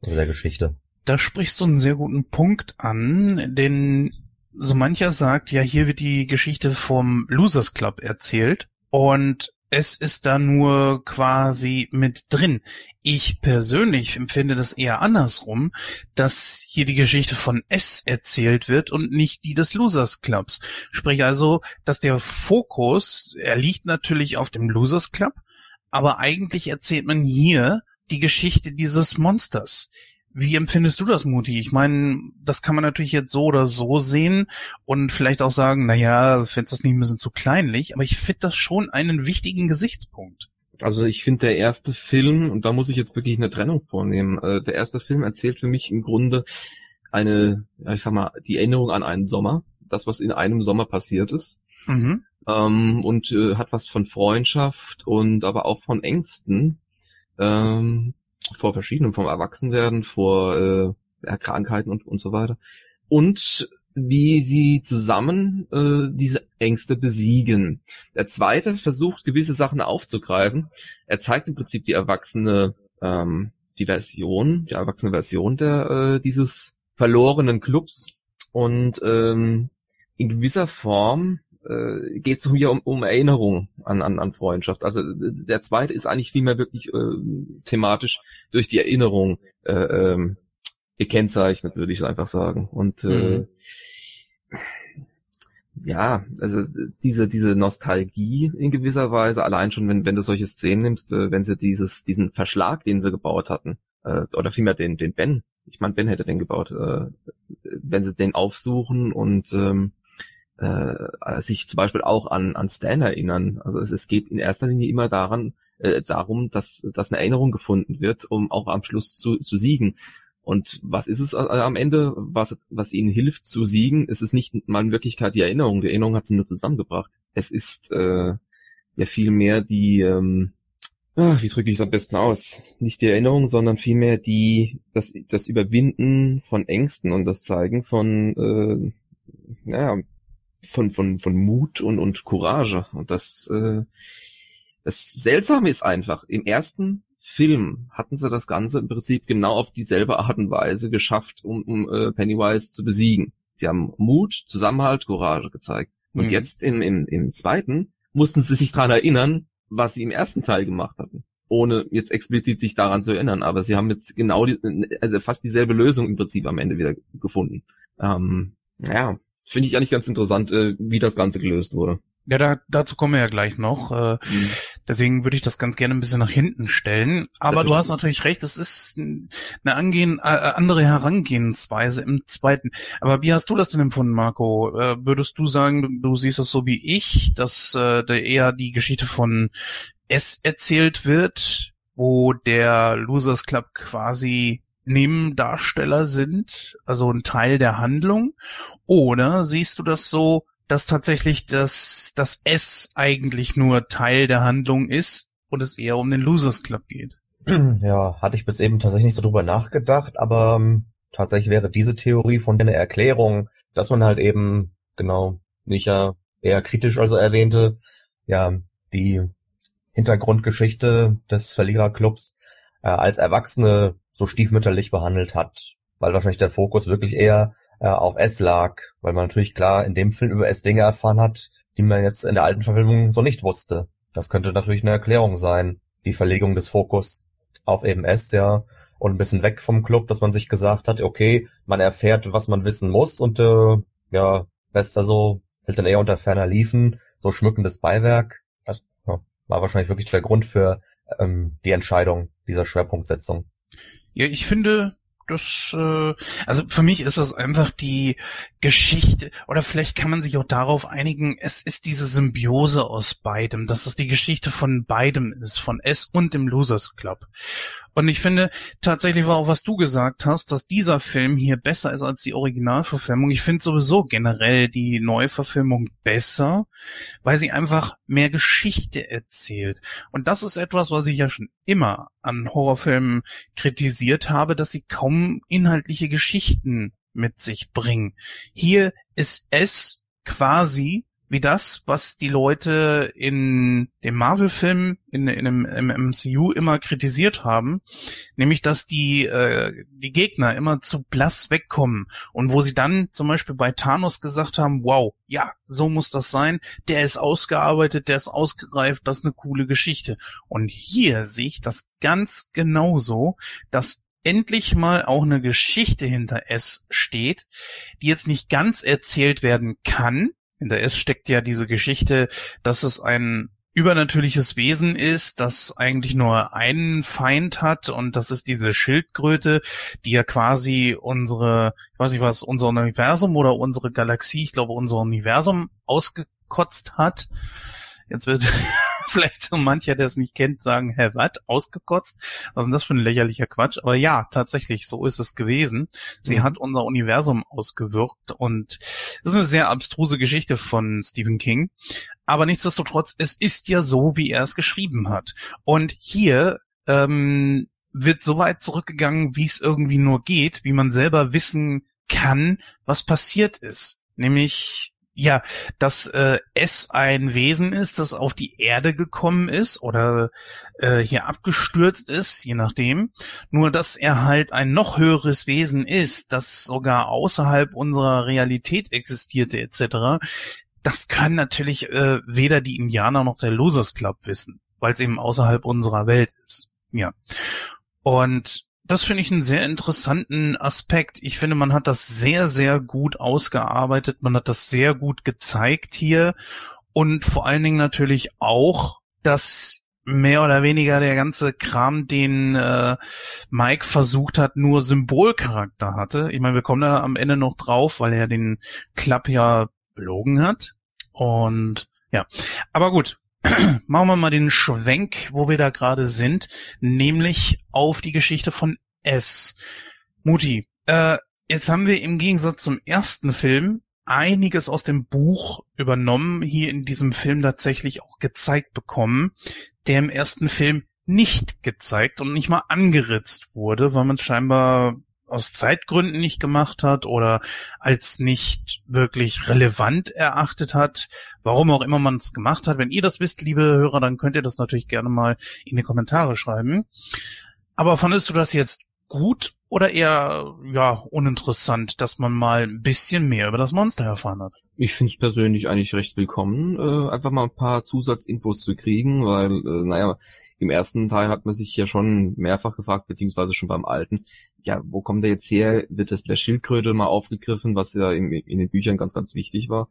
der Geschichte. Da sprichst du einen sehr guten Punkt an, denn so mancher sagt, ja, hier wird die Geschichte vom Losers Club erzählt und es ist da nur quasi mit drin. Ich persönlich empfinde das eher andersrum, dass hier die Geschichte von S erzählt wird und nicht die des Losers Clubs. Sprich also, dass der Fokus, er liegt natürlich auf dem Losers Club, aber eigentlich erzählt man hier die Geschichte dieses Monsters. Wie empfindest du das, Muti? Ich meine, das kann man natürlich jetzt so oder so sehen und vielleicht auch sagen, naja, findest das nicht ein bisschen zu kleinlich, aber ich finde das schon einen wichtigen Gesichtspunkt. Also ich finde der erste Film, und da muss ich jetzt wirklich eine Trennung vornehmen, der erste Film erzählt für mich im Grunde die Erinnerung an einen Sommer, das, was in einem Sommer passiert ist. Mhm. Und hat was von Freundschaft und aber auch von Ängsten, vor verschiedenen, vom Erwachsenwerden, vor Krankheiten und so weiter. Und wie sie zusammen diese Ängste besiegen. Der zweite versucht, gewisse Sachen aufzugreifen. Er zeigt im Prinzip die erwachsene Version dieses verlorenen Clubs. Und in gewisser Form geht es hier um Erinnerung an Freundschaft. Also der zweite ist eigentlich vielmehr wirklich thematisch durch die Erinnerung gekennzeichnet, würde ich einfach sagen. Und also diese Nostalgie in gewisser Weise, allein schon, wenn du solche Szenen nimmst, wenn sie diesen Verschlag, den sie gebaut hatten, oder vielmehr den Ben, ich meine, Ben hätte den gebaut, wenn sie den aufsuchen und sich zum Beispiel auch an Stan erinnern. Also es geht in erster Linie immer darum, dass eine Erinnerung gefunden wird, um auch am Schluss zu siegen. Und was ist es am Ende, was ihnen hilft zu siegen? Es ist nicht mal in Wirklichkeit die Erinnerung. Die Erinnerung hat sie nur zusammengebracht. Es ist vielmehr die, wie drücke ich es am besten aus? Nicht die Erinnerung, sondern vielmehr das Überwinden von Ängsten und das Zeigen von von Mut und Courage. Und das Seltsame ist einfach, im ersten Film hatten sie das Ganze im Prinzip genau auf dieselbe Art und Weise geschafft, um Pennywise zu besiegen. Sie haben Mut, Zusammenhalt, Courage gezeigt. Und jetzt im zweiten mussten sie sich daran erinnern, was sie im ersten Teil gemacht hatten. Ohne jetzt explizit sich daran zu erinnern. Aber sie haben jetzt genau fast dieselbe Lösung im Prinzip am Ende wieder gefunden. Finde ich eigentlich ganz interessant, wie das Ganze gelöst wurde. Ja, dazu kommen wir ja gleich noch. Deswegen würde ich das ganz gerne ein bisschen nach hinten stellen. Aber du hast natürlich recht, es ist eine andere Herangehensweise im zweiten. Aber wie hast du das denn empfunden, Marco? Würdest du sagen, du siehst es so wie ich, dass eher die Geschichte von S erzählt wird, wo der Losers Club quasi Nebendarsteller sind, also ein Teil der Handlung? Oder siehst du das so, dass tatsächlich das S eigentlich nur Teil der Handlung ist und es eher um den Losers Club geht? Ja, hatte ich bis eben tatsächlich nicht so drüber nachgedacht, aber tatsächlich wäre diese Theorie von der Erklärung, dass man halt eben, genau, wie ich ja eher kritisch also erwähnte, ja, die Hintergrundgeschichte des Verliererclubs als Erwachsene so stiefmütterlich behandelt hat, weil wahrscheinlich der Fokus wirklich eher auf S lag, weil man natürlich klar in dem Film über S Dinge erfahren hat, die man jetzt in der alten Verfilmung so nicht wusste. Das könnte natürlich eine Erklärung sein, die Verlegung des Fokus auf eben S, ja, und ein bisschen weg vom Club, dass man sich gesagt hat, okay, man erfährt, was man wissen muss und Rest also fällt dann eher unter ferner Liefen, so schmückendes Beiwerk. Das war wahrscheinlich wirklich der Grund für die Entscheidung dieser Schwerpunktsetzung. Ja, ich finde, also für mich ist das einfach die Geschichte, oder vielleicht kann man sich auch darauf einigen, es ist diese Symbiose aus beidem, dass es die Geschichte von beidem ist, von S und dem Losers Club. Und ich finde, tatsächlich war auch, was du gesagt hast, dass dieser Film hier besser ist als die Originalverfilmung. Ich finde sowieso generell die Neuverfilmung besser, weil sie einfach mehr Geschichte erzählt. Und das ist etwas, was ich ja schon immer an Horrorfilmen kritisiert habe, dass sie kaum inhaltliche Geschichten mit sich bringen. Hier ist es quasi wie das, was die Leute in dem Marvel-Film, im MCU immer kritisiert haben, nämlich, dass die Gegner immer zu blass wegkommen und wo sie dann zum Beispiel bei Thanos gesagt haben, wow, ja, so muss das sein, der ist ausgearbeitet, der ist ausgereift, das ist eine coole Geschichte. Und hier sehe ich das ganz genauso, dass endlich mal auch eine Geschichte hinter S steht, die jetzt nicht ganz erzählt werden kann. Hinter S steckt ja diese Geschichte, dass es ein übernatürliches Wesen ist, das eigentlich nur einen Feind hat, und das ist diese Schildkröte, die ja quasi unser Universum oder unsere Galaxie, ich glaube unser Universum ausgekotzt hat. Jetzt wird vielleicht so mancher, der es nicht kennt, sagen, hä, was? Ausgekotzt? Was ist denn das für ein lächerlicher Quatsch? Aber ja, tatsächlich, so ist es gewesen. Sie hat unser Universum ausgewirkt, und das ist eine sehr abstruse Geschichte von Stephen King. Aber nichtsdestotrotz, es ist ja so, wie er es geschrieben hat. Und hier wird so weit zurückgegangen, wie es irgendwie nur geht, wie man selber wissen kann, was passiert ist. Nämlich, ja, dass es ein Wesen ist, das auf die Erde gekommen ist oder hier abgestürzt ist, je nachdem. Nur, dass er halt ein noch höheres Wesen ist, das sogar außerhalb unserer Realität existierte etc. Das kann natürlich weder die Indianer noch der Losers Club wissen, weil es eben außerhalb unserer Welt ist. Ja. Und das finde ich einen sehr interessanten Aspekt. Ich finde, man hat das sehr, sehr gut ausgearbeitet. Man hat das sehr gut gezeigt hier. Und vor allen Dingen natürlich auch, dass mehr oder weniger der ganze Kram, den Mike versucht hat, nur Symbolcharakter hatte. Ich meine, wir kommen da am Ende noch drauf, weil er den Club ja belogen hat. Und ja, aber gut. Machen wir mal den Schwenk, wo wir da gerade sind, nämlich auf die Geschichte von S. Mutti, jetzt haben wir im Gegensatz zum ersten Film einiges aus dem Buch übernommen, hier in diesem Film tatsächlich auch gezeigt bekommen, der im ersten Film nicht gezeigt und nicht mal angeritzt wurde, weil man es scheinbar aus Zeitgründen nicht gemacht hat oder als nicht wirklich relevant erachtet hat, warum auch immer man es gemacht hat. Wenn ihr das wisst, liebe Hörer, dann könnt ihr das natürlich gerne mal in die Kommentare schreiben. Aber fandest du das jetzt gut oder eher uninteressant, dass man mal ein bisschen mehr über das Monster erfahren hat? Ich finde es persönlich eigentlich recht willkommen, einfach mal ein paar Zusatzinfos zu kriegen, weil, im ersten Teil hat man sich ja schon mehrfach gefragt, beziehungsweise schon beim alten, ja, wo kommt der jetzt her? Wird das mit der Schildkröte mal aufgegriffen, was ja in den Büchern ganz, ganz wichtig war.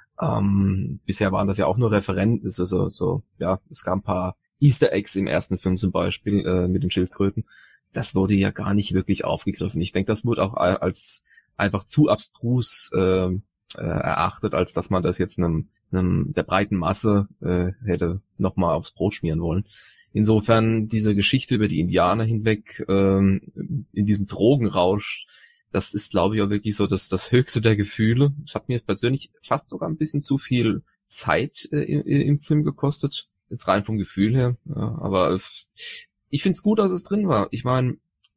Bisher waren das ja auch nur Referenten, es gab ein paar Easter Eggs im ersten Film zum Beispiel mit den Schildkröten. Das wurde ja gar nicht wirklich aufgegriffen. Ich denke, das wurde auch als einfach zu abstrus erachtet, als dass man das jetzt der breiten Masse hätte nochmal aufs Brot schmieren wollen. Insofern diese Geschichte über die Indianer hinweg in diesem Drogenrausch, das ist, glaube ich, auch wirklich so das höchste der Gefühle. Es hat mir persönlich fast sogar ein bisschen zu viel Zeit im Film gekostet, jetzt rein vom Gefühl her. Ja, aber ich finde es gut, dass es drin war. Ich meine,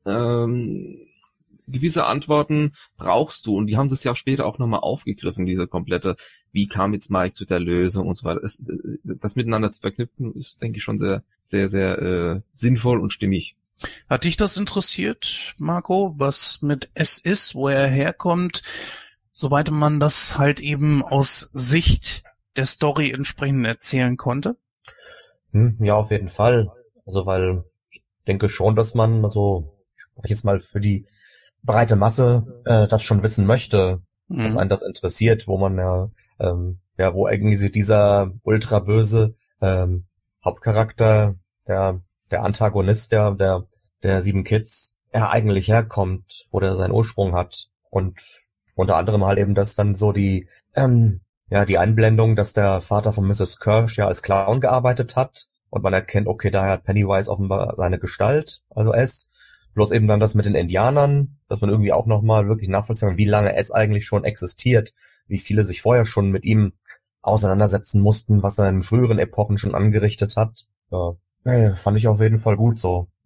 gewisse Antworten brauchst du, und die haben das ja später auch nochmal aufgegriffen, diese komplette, wie kam jetzt Mike zu der Lösung und so weiter. Das miteinander zu verknüpfen, ist, denke ich, schon sehr, sehr, sehr sinnvoll und stimmig. Hat dich das interessiert, Marco, was mit S ist, wo er herkommt, soweit man das halt eben aus Sicht der Story entsprechend erzählen konnte? Ja, auf jeden Fall. Also, weil ich denke schon, dass man, also ich spreche jetzt mal für die breite Masse, das schon wissen möchte, dass einen das interessiert, wo man wo irgendwie dieser ultra böse Hauptcharakter, der Antagonist der 7 Kids, eigentlich herkommt, wo der seinen Ursprung hat, und unter anderem halt eben, dass dann so die Einblendung, dass der Vater von Mrs. Kirsch ja als Clown gearbeitet hat, und man erkennt, okay, daher hat Pennywise offenbar seine Gestalt, also S. Bloß eben dann das mit den Indianern, dass man irgendwie auch nochmal wirklich nachvollziehen kann, wie lange S eigentlich schon existiert, wie viele sich vorher schon mit ihm auseinandersetzen mussten, was er in früheren Epochen schon angerichtet hat. Ja, fand ich auf jeden Fall gut so.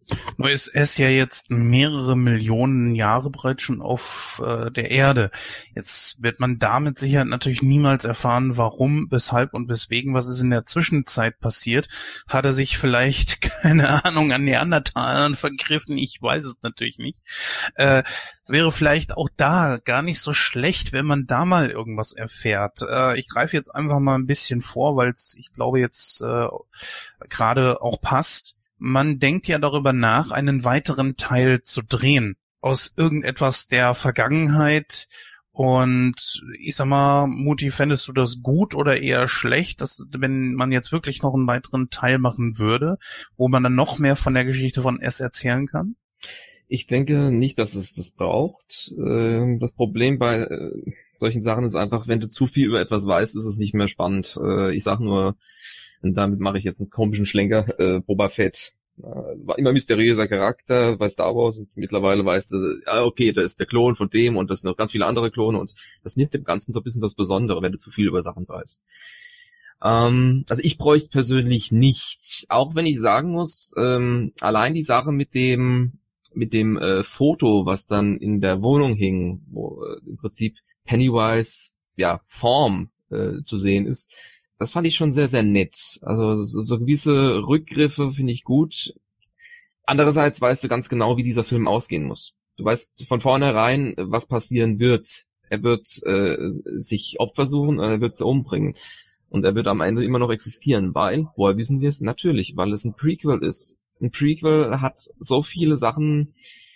Nur ist es ja jetzt mehrere Millionen Jahre bereits schon auf der Erde. Jetzt wird man damit sicher natürlich niemals erfahren, warum, weshalb und weswegen, was ist in der Zwischenzeit passiert. Hat er sich vielleicht, keine Ahnung, an Neandertalern vergriffen? Ich weiß es natürlich nicht. Es wäre vielleicht auch da gar nicht so schlecht, wenn man da mal irgendwas erfährt. Ich greife jetzt einfach mal ein bisschen vor, weil es, ich glaube, jetzt gerade auch passt. Man denkt ja darüber nach, einen weiteren Teil zu drehen aus irgendetwas der Vergangenheit. Und ich sag mal, Mutti, fändest du das gut oder eher schlecht, dass, wenn man jetzt wirklich noch einen weiteren Teil machen würde, wo man dann noch mehr von der Geschichte von S erzählen kann? Ich denke nicht, dass es das braucht. Das Problem bei solchen Sachen ist einfach, wenn du zu viel über etwas weißt, ist es nicht mehr spannend. Ich sag nur, und damit mache ich jetzt einen komischen Schlenker, Boba Fett. War immer mysteriöser Charakter bei Star Wars und mittlerweile weißt du, okay, da ist der Klon von dem und das sind noch ganz viele andere Klone und das nimmt dem Ganzen so ein bisschen das Besondere, wenn du zu viel über Sachen weißt. Also ich bräuchte persönlich nicht, auch wenn ich sagen muss, allein die Sache mit dem Foto, was dann in der Wohnung hing, wo im Prinzip Pennywise Form zu sehen ist, das fand ich schon sehr, sehr nett. Also so gewisse Rückgriffe finde ich gut. Andererseits weißt du ganz genau, wie dieser Film ausgehen muss. Du weißt von vornherein, was passieren wird. Er wird sich Opfer suchen, er wird sie umbringen. Und er wird am Ende immer noch existieren, weil, woher wissen wir es? Natürlich, weil es ein Prequel ist. Ein Prequel hat so viele Sachen,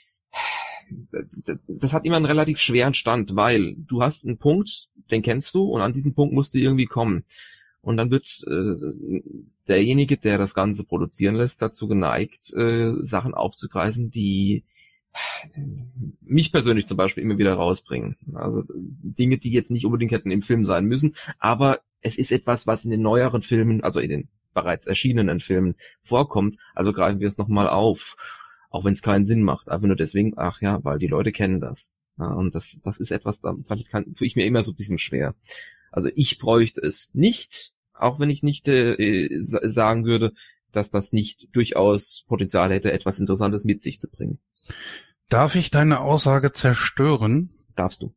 das hat immer einen relativ schweren Stand, weil du hast einen Punkt, den kennst du und an diesen Punkt musst du irgendwie kommen. Und dann wird derjenige, der das Ganze produzieren lässt, dazu geneigt, Sachen aufzugreifen, die mich persönlich zum Beispiel immer wieder rausbringen. Also Dinge, die jetzt nicht unbedingt hätten im Film sein müssen, aber es ist etwas, was in den neueren Filmen, also in den bereits erschienenen Filmen vorkommt, also greifen wir es nochmal auf. Auch wenn es keinen Sinn macht, einfach nur deswegen, weil die Leute kennen das. Ja, und das ist etwas, da tue ich mir immer so ein bisschen schwer. Also ich bräuchte es nicht, auch wenn ich nicht sagen würde, dass das nicht durchaus Potenzial hätte, etwas Interessantes mit sich zu bringen. Darf ich deine Aussage zerstören? Darfst du.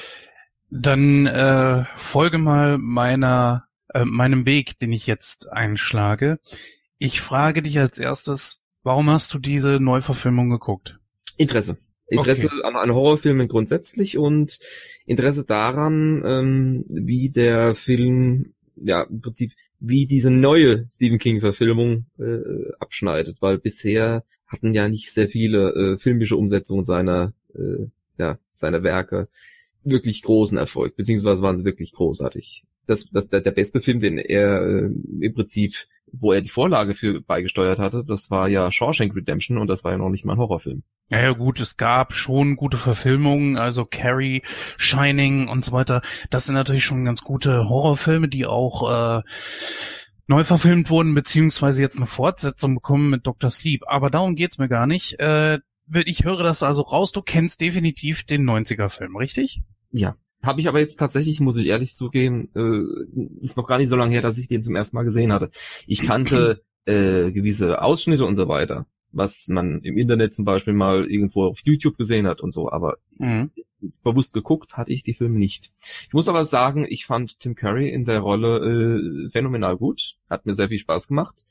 Dann folge mal meinem Weg, den ich jetzt einschlage. Ich frage dich als erstes, warum hast du diese Neuverfilmung geguckt? Interesse okay. An Horrorfilmen grundsätzlich und Interesse daran, wie der Film, im Prinzip, wie diese neue Stephen King-Verfilmung abschneidet, weil bisher hatten ja nicht sehr viele filmische Umsetzungen seiner Werke wirklich großen Erfolg, beziehungsweise waren sie wirklich großartig. Der beste Film, den er im Prinzip, wo er die Vorlage für beigesteuert hatte, das war ja Shawshank Redemption und das war ja noch nicht mal ein Horrorfilm. Ja gut, es gab schon gute Verfilmungen, also Carrie, Shining und so weiter. Das sind natürlich schon ganz gute Horrorfilme, die auch neu verfilmt wurden, beziehungsweise jetzt eine Fortsetzung bekommen mit Dr. Sleep. Aber darum geht's mir gar nicht. Ich höre das also raus, du kennst definitiv den 90er-Film, richtig? Ja. Habe ich aber jetzt tatsächlich, muss ich ehrlich zugeben, ist noch gar nicht so lange her, dass ich den zum ersten Mal gesehen hatte. Ich kannte gewisse Ausschnitte und so weiter, was man im Internet zum Beispiel mal irgendwo auf YouTube gesehen hat und so, aber bewusst geguckt hatte ich die Filme nicht. Ich muss aber sagen, ich fand Tim Curry in der Rolle phänomenal gut, hat mir sehr viel Spaß gemacht.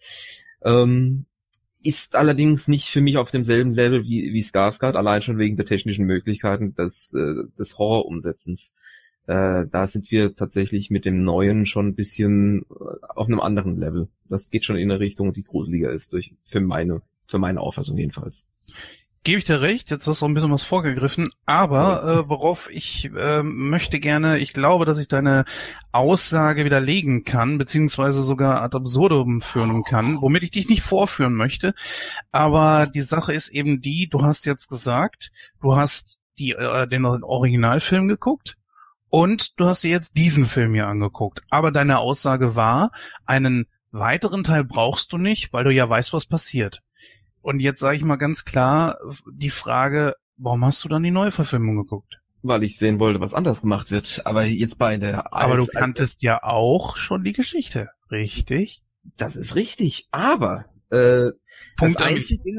Ist allerdings nicht für mich auf demselben Level wie Skarsgård, allein schon wegen der technischen Möglichkeiten des Horror-Umsetzens. Da sind wir tatsächlich mit dem Neuen schon ein bisschen auf einem anderen Level. Das geht schon in eine Richtung, die gruseliger ist, für meine Auffassung jedenfalls. Gebe ich dir recht, jetzt hast du ein bisschen was vorgegriffen, aber worauf ich möchte gerne, ich glaube, dass ich deine Aussage widerlegen kann, beziehungsweise sogar ad absurdum führen kann, womit ich dich nicht vorführen möchte, aber die Sache ist eben die, du hast jetzt gesagt, du hast den Originalfilm geguckt und du hast dir jetzt diesen Film hier angeguckt, aber deine Aussage war, einen weiteren Teil brauchst du nicht, weil du ja weißt, was passiert. Und jetzt sage ich mal ganz klar die Frage, warum hast du dann die Neuverfilmung geguckt? Weil ich sehen wollte, was anders gemacht wird. Aber jetzt bei der... Aber du kanntest ja auch schon die Geschichte, richtig? Das ist richtig, aber Punkt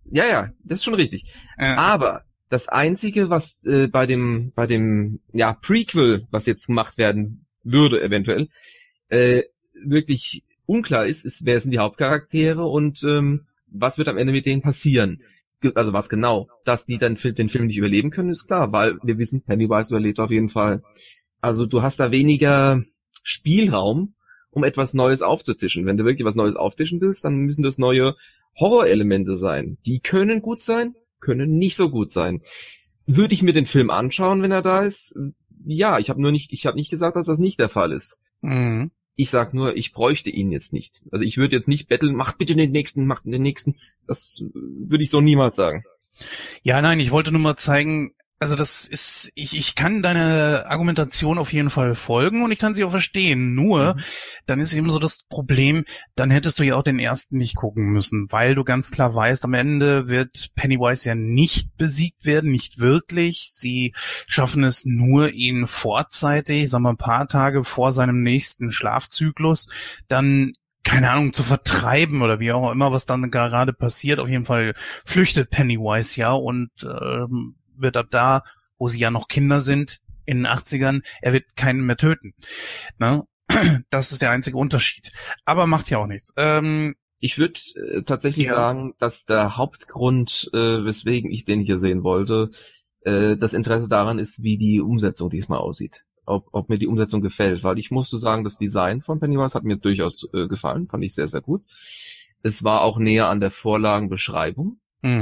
Ja, das ist schon richtig. Aber das Einzige, was bei dem Prequel, was jetzt gemacht werden würde eventuell, wirklich unklar ist, wer sind die Hauptcharaktere und was wird am Ende mit denen passieren. Also was genau. Dass die dann den Film nicht überleben können, ist klar, weil wir wissen, Pennywise überlebt auf jeden Fall. Also du hast da weniger Spielraum, um etwas Neues aufzutischen. Wenn du wirklich was Neues auftischen willst, dann müssen das neue Horrorelemente sein. Die können gut sein, können nicht so gut sein. Würde ich mir den Film anschauen, wenn er da ist? Ja, ich habe nicht gesagt, dass das nicht der Fall ist. Mhm. Ich sag nur, ich bräuchte ihn jetzt nicht. Also ich würde jetzt nicht betteln, macht bitte den nächsten. Das würde ich so niemals sagen. Ja, nein, ich wollte nur mal zeigen, also das ist, ich kann deine Argumentation auf jeden Fall folgen und ich kann sie auch verstehen. Nur, dann ist eben so das Problem, dann hättest du ja auch den ersten nicht gucken müssen, weil du ganz klar weißt, am Ende wird Pennywise ja nicht besiegt werden, nicht wirklich. Sie schaffen es nur, ihn vorzeitig, sagen wir ein paar Tage vor seinem nächsten Schlafzyklus, dann keine Ahnung, zu vertreiben oder wie auch immer, was dann gerade passiert. Auf jeden Fall flüchtet Pennywise ja und wird ab da, wo sie ja noch Kinder sind, in den 80ern, er wird keinen mehr töten. Ne? Das ist der einzige Unterschied. Aber macht ja auch nichts. Ich würde tatsächlich sagen, dass der Hauptgrund, weswegen ich den hier sehen wollte, das Interesse daran ist, wie die Umsetzung diesmal aussieht. Ob mir die Umsetzung gefällt. Weil ich musste sagen, das Design von Pennywise hat mir durchaus gefallen. Fand ich sehr, sehr gut. Es war auch näher an der Vorlagenbeschreibung.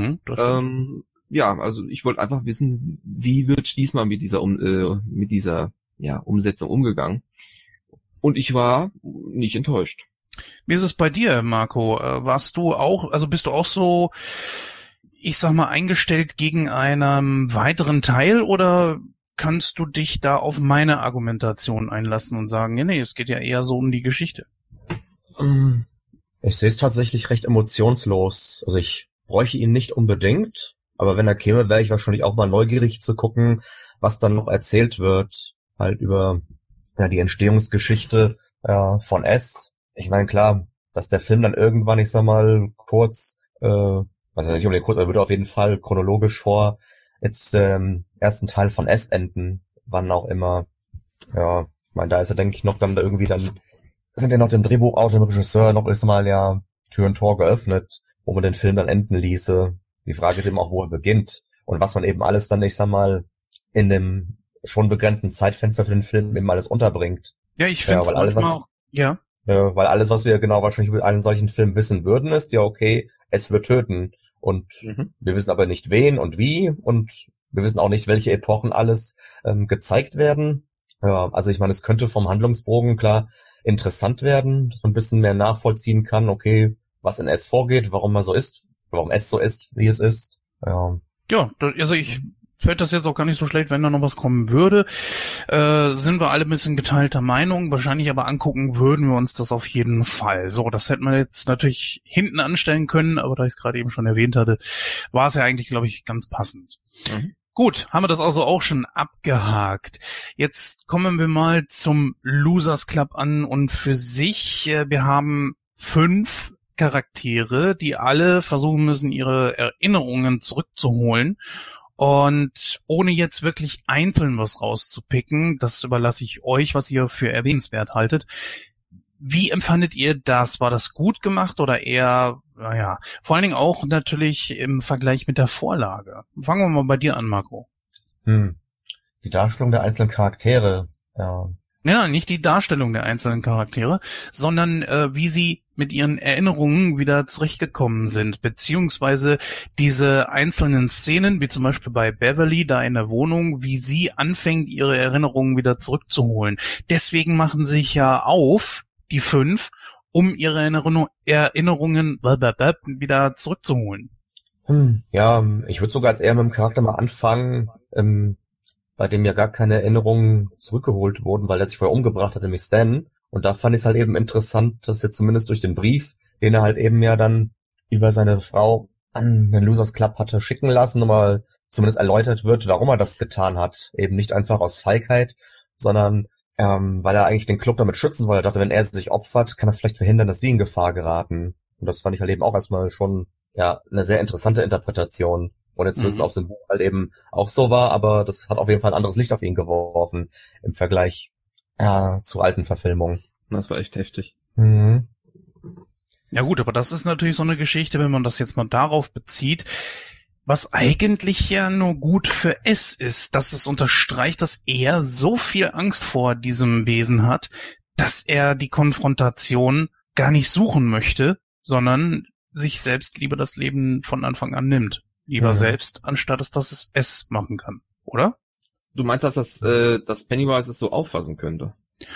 Ja, also ich wollte einfach wissen, wie wird diesmal mit dieser Umsetzung umgegangen. Und ich war nicht enttäuscht. Wie ist es bei dir, Marco? Bist du auch so, ich sag mal, eingestellt gegen einen weiteren Teil oder kannst du dich da auf meine Argumentation einlassen und sagen, ja, nee, es geht ja eher so um die Geschichte? Ich sehe es tatsächlich recht emotionslos. Also ich bräuchte ihn nicht unbedingt. Aber wenn er käme, wäre ich wahrscheinlich auch mal neugierig zu gucken, was dann noch erzählt wird, halt über die Entstehungsgeschichte von S. Ich meine, klar, dass der Film dann irgendwann, ich sag mal, kurz, also nicht unbedingt kurz, aber würde auf jeden Fall chronologisch vor jetzt ersten Teil von S enden, wann auch immer. Ja, ich meine, da ist er, denke ich, noch dann irgendwie sind ja noch dem Drehbuchautor, dem Regisseur noch erstmal Tür und Tor geöffnet, wo man den Film dann enden ließe. Die Frage ist eben auch, wo er beginnt und was man eben alles dann, ich sag mal, in dem schon begrenzten Zeitfenster für den Film eben alles unterbringt. Ja, ich finde es manchmal auch, ja. Weil alles, was wir genau wahrscheinlich über einen solchen Film wissen würden, ist ja okay, es wird töten. Und wir wissen aber nicht wen und wie und wir wissen auch nicht, welche Epochen alles gezeigt werden. Also ich meine, es könnte vom Handlungsbogen klar interessant werden, dass man ein bisschen mehr nachvollziehen kann, okay, was in S vorgeht, warum es so ist, wie es ist. Ja, also ich fällt das jetzt auch gar nicht so schlecht, wenn da noch was kommen würde. Sind wir alle ein bisschen geteilter Meinung, wahrscheinlich aber angucken würden wir uns das auf jeden Fall. So, das hätten wir jetzt natürlich hinten anstellen können, aber da ich es gerade eben schon erwähnt hatte, war es ja eigentlich, glaube ich, ganz passend. Gut, haben wir das also auch schon abgehakt. Jetzt kommen wir mal zum Losers Club an und für sich, wir haben 5 Charaktere, die alle versuchen müssen, ihre Erinnerungen zurückzuholen. Und ohne jetzt wirklich einzeln was rauszupicken, das überlasse ich euch, was ihr für erwähnenswert haltet. Wie empfandet ihr das? War das gut gemacht oder eher, naja, vor allen Dingen auch natürlich im Vergleich mit der Vorlage? Fangen wir mal bei dir an, Marco. Die Darstellung der einzelnen Charaktere, ja. Ja, nicht die Darstellung der einzelnen Charaktere, sondern wie sie mit ihren Erinnerungen wieder zurechtgekommen sind, beziehungsweise diese einzelnen Szenen, wie zum Beispiel bei Beverly da in der Wohnung, wie sie anfängt, ihre Erinnerungen wieder zurückzuholen. Deswegen machen sie sich ja auf, die 5, um ihre Erinnerungen wieder zurückzuholen. Ja, ich würde sogar als eher mit dem Charakter mal anfangen, bei dem ja gar keine Erinnerungen zurückgeholt wurden, weil er sich vorher umgebracht hat, nämlich Stan. Und da fand ich es halt eben interessant, dass jetzt zumindest durch den Brief, den er halt eben ja dann über seine Frau an den Losers Club hatte schicken lassen, nochmal zumindest erläutert wird, warum er das getan hat. Eben nicht einfach aus Feigheit, sondern weil er eigentlich den Club damit schützen wollte. Er dachte, wenn er sich opfert, kann er vielleicht verhindern, dass sie in Gefahr geraten. Und das fand ich halt eben auch erstmal schon ja eine sehr interessante Interpretation. Und jetzt wissen, ob es im Buch halt eben auch so war, aber das hat auf jeden Fall ein anderes Licht auf ihn geworfen im Vergleich zu alten Verfilmungen. Das war echt heftig. Mhm. Ja gut, aber das ist natürlich so eine Geschichte, wenn man das jetzt mal darauf bezieht, was eigentlich ja nur gut für S ist, dass es unterstreicht, dass er so viel Angst vor diesem Wesen hat, dass er die Konfrontation gar nicht suchen möchte, sondern sich selbst lieber das Leben von Anfang an nimmt. Lieber selbst, anstatt dass es S machen kann, oder? Du meinst, dass Pennywise es so auffassen könnte?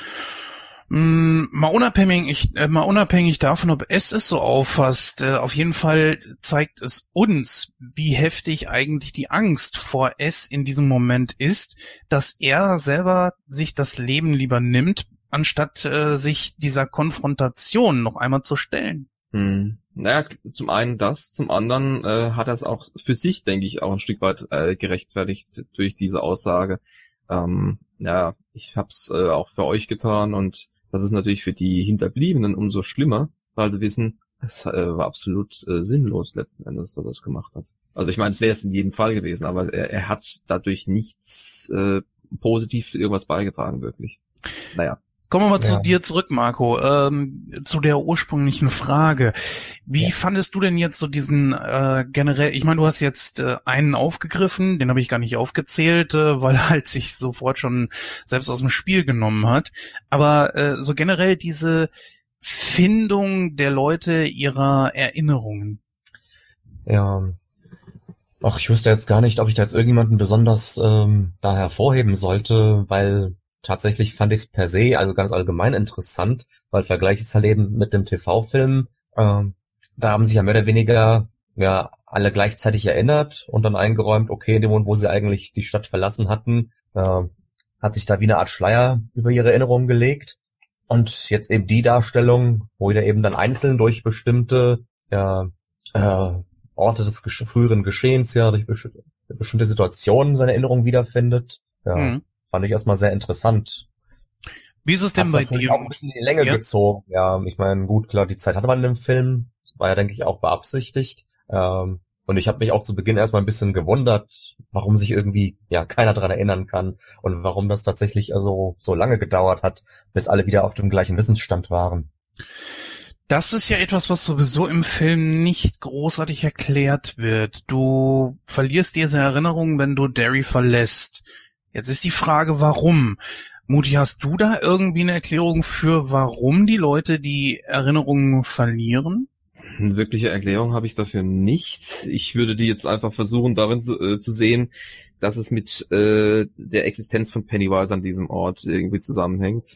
Mal unabhängig davon, ob es so auffasst, auf jeden Fall zeigt es uns, wie heftig eigentlich die Angst vor es in diesem Moment ist, dass er selber sich das Leben lieber nimmt, anstatt sich dieser Konfrontation noch einmal zu stellen. Naja, zum einen das, zum anderen hat er es auch für sich, denke ich, auch ein Stück weit gerechtfertigt durch diese Aussage. Ja, ich hab's auch für euch getan und das ist natürlich für die Hinterbliebenen umso schlimmer, weil sie wissen, es war absolut sinnlos letzten Endes, dass er es gemacht hat. Also ich meine, es wäre es in jedem Fall gewesen, aber er hat dadurch nichts positiv zu irgendwas beigetragen, wirklich. Naja. Kommen wir mal zu dir zurück, Marco, zu der ursprünglichen Frage. Wie fandest du denn jetzt so diesen generell, ich meine, du hast jetzt einen aufgegriffen, den habe ich gar nicht aufgezählt, weil er halt sich sofort schon selbst aus dem Spiel genommen hat, aber so generell diese Findung der Leute ihrer Erinnerungen. Ja, ach, ich wüsste jetzt gar nicht, ob ich da jetzt irgendjemanden besonders da hervorheben sollte, weil tatsächlich fand ich es per se, also ganz allgemein interessant, weil Vergleich ist halt eben mit dem TV-Film. Da haben sich ja mehr oder weniger alle gleichzeitig erinnert und dann eingeräumt, okay, in dem Moment, wo sie eigentlich die Stadt verlassen hatten, hat sich da wie eine Art Schleier über ihre Erinnerungen gelegt. Und jetzt eben die Darstellung, wo jeder eben dann einzeln durch bestimmte Orte des früheren Geschehens, durch bestimmte Situationen seine Erinnerungen wiederfindet. Fand ich erstmal sehr interessant. Wie ist es denn bei dir? Auch ein bisschen in die Länge gezogen. Ja, ich meine, gut, klar, die Zeit hatte man in dem Film. Das war ja, denke ich, auch beabsichtigt. Und ich habe mich auch zu Beginn erstmal ein bisschen gewundert, warum sich irgendwie keiner dran erinnern kann und warum das tatsächlich also so lange gedauert hat, bis alle wieder auf dem gleichen Wissensstand waren. Das ist ja etwas, was sowieso im Film nicht großartig erklärt wird. Du verlierst diese Erinnerungen, wenn du Derry verlässt. Jetzt ist die Frage, warum? Mutti, hast du da irgendwie eine Erklärung für, warum die Leute die Erinnerungen verlieren? Eine wirkliche Erklärung habe ich dafür nicht. Ich würde die jetzt einfach versuchen, darin zu sehen, dass es mit der Existenz von Pennywise an diesem Ort irgendwie zusammenhängt.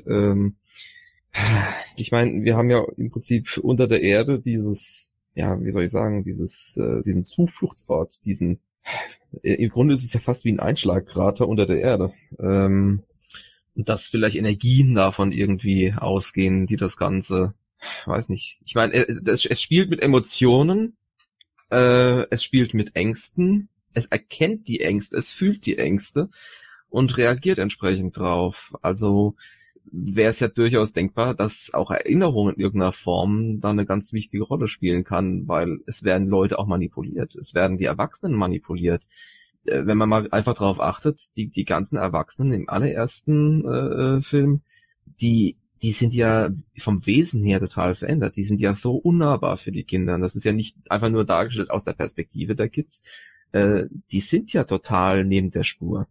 Ich meine, wir haben ja im Prinzip unter der Erde dieses, diesen Zufluchtsort, im Grunde ist es ja fast wie ein Einschlagkrater unter der Erde. Dass vielleicht Energien davon irgendwie ausgehen, die das Ganze, weiß nicht. Ich meine, es spielt mit Emotionen, es spielt mit Ängsten, es erkennt die Ängste, es fühlt die Ängste und reagiert entsprechend drauf. Also wäre es ja durchaus denkbar, dass auch Erinnerung in irgendeiner Form da eine ganz wichtige Rolle spielen kann, weil es werden Leute auch manipuliert, es werden die Erwachsenen manipuliert. Wenn man mal einfach darauf achtet, die ganzen Erwachsenen im allerersten Film, die sind ja vom Wesen her total verändert, die sind ja so unnahbar für die Kinder. Das ist ja nicht einfach nur dargestellt aus der Perspektive der Kids, die sind ja total neben der Spur.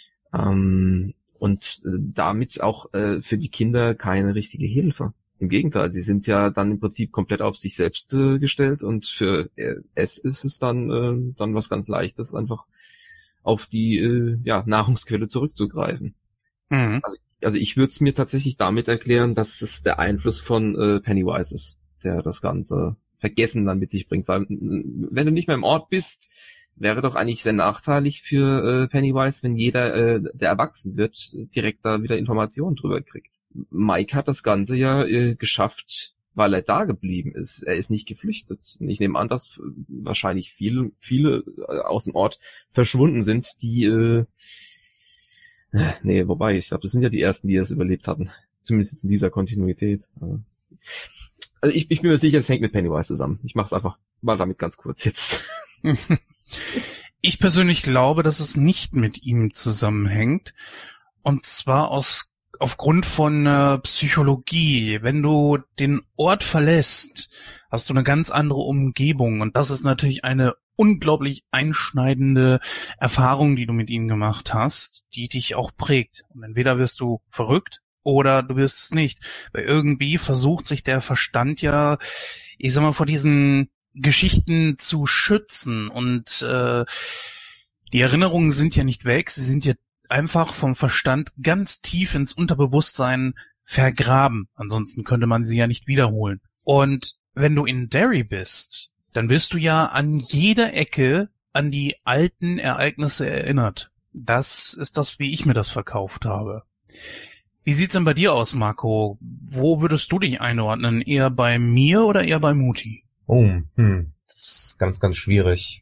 Und damit auch für die Kinder keine richtige Hilfe. Im Gegenteil, sie sind ja dann im Prinzip komplett auf sich selbst gestellt und für es ist es dann was ganz Leichtes, einfach auf die Nahrungsquelle zurückzugreifen. Mhm. Also ich würde es mir tatsächlich damit erklären, dass es der Einfluss von Pennywise ist, der das ganze Vergessen dann mit sich bringt. Weil wenn du nicht mehr im Ort bist, wäre doch eigentlich sehr nachteilig für Pennywise, wenn jeder, der erwachsen wird, direkt da wieder Informationen drüber kriegt. Mike hat das Ganze ja geschafft, weil er da geblieben ist. Er ist nicht geflüchtet. Und ich nehme an, dass wahrscheinlich viele aus dem Ort verschwunden sind, die wobei, ich glaube, das sind ja die ersten, die es überlebt hatten. Zumindest jetzt in dieser Kontinuität. Also ich bin mir sicher, es hängt mit Pennywise zusammen. Ich mache es einfach Mal damit ganz kurz jetzt. Ich persönlich glaube, dass es nicht mit ihm zusammenhängt. Und zwar aufgrund von Psychologie. Wenn du den Ort verlässt, hast du eine ganz andere Umgebung. Und das ist natürlich eine unglaublich einschneidende Erfahrung, die du mit ihm gemacht hast, die dich auch prägt. Und entweder wirst du verrückt oder du wirst es nicht. Weil irgendwie versucht sich der Verstand ja, ich sag mal, vor diesen Geschichten zu schützen. Und die Erinnerungen sind ja nicht weg, sie sind ja einfach vom Verstand ganz tief ins Unterbewusstsein vergraben. Ansonsten könnte man sie ja nicht wiederholen. Und wenn du in Derry bist, dann wirst du ja an jeder Ecke an die alten Ereignisse erinnert. Das ist das, wie ich mir das verkauft habe. Wie sieht's denn bei dir aus, Marco? Wo würdest du dich einordnen? Eher bei mir oder eher bei Muti? Das ist ganz, ganz schwierig.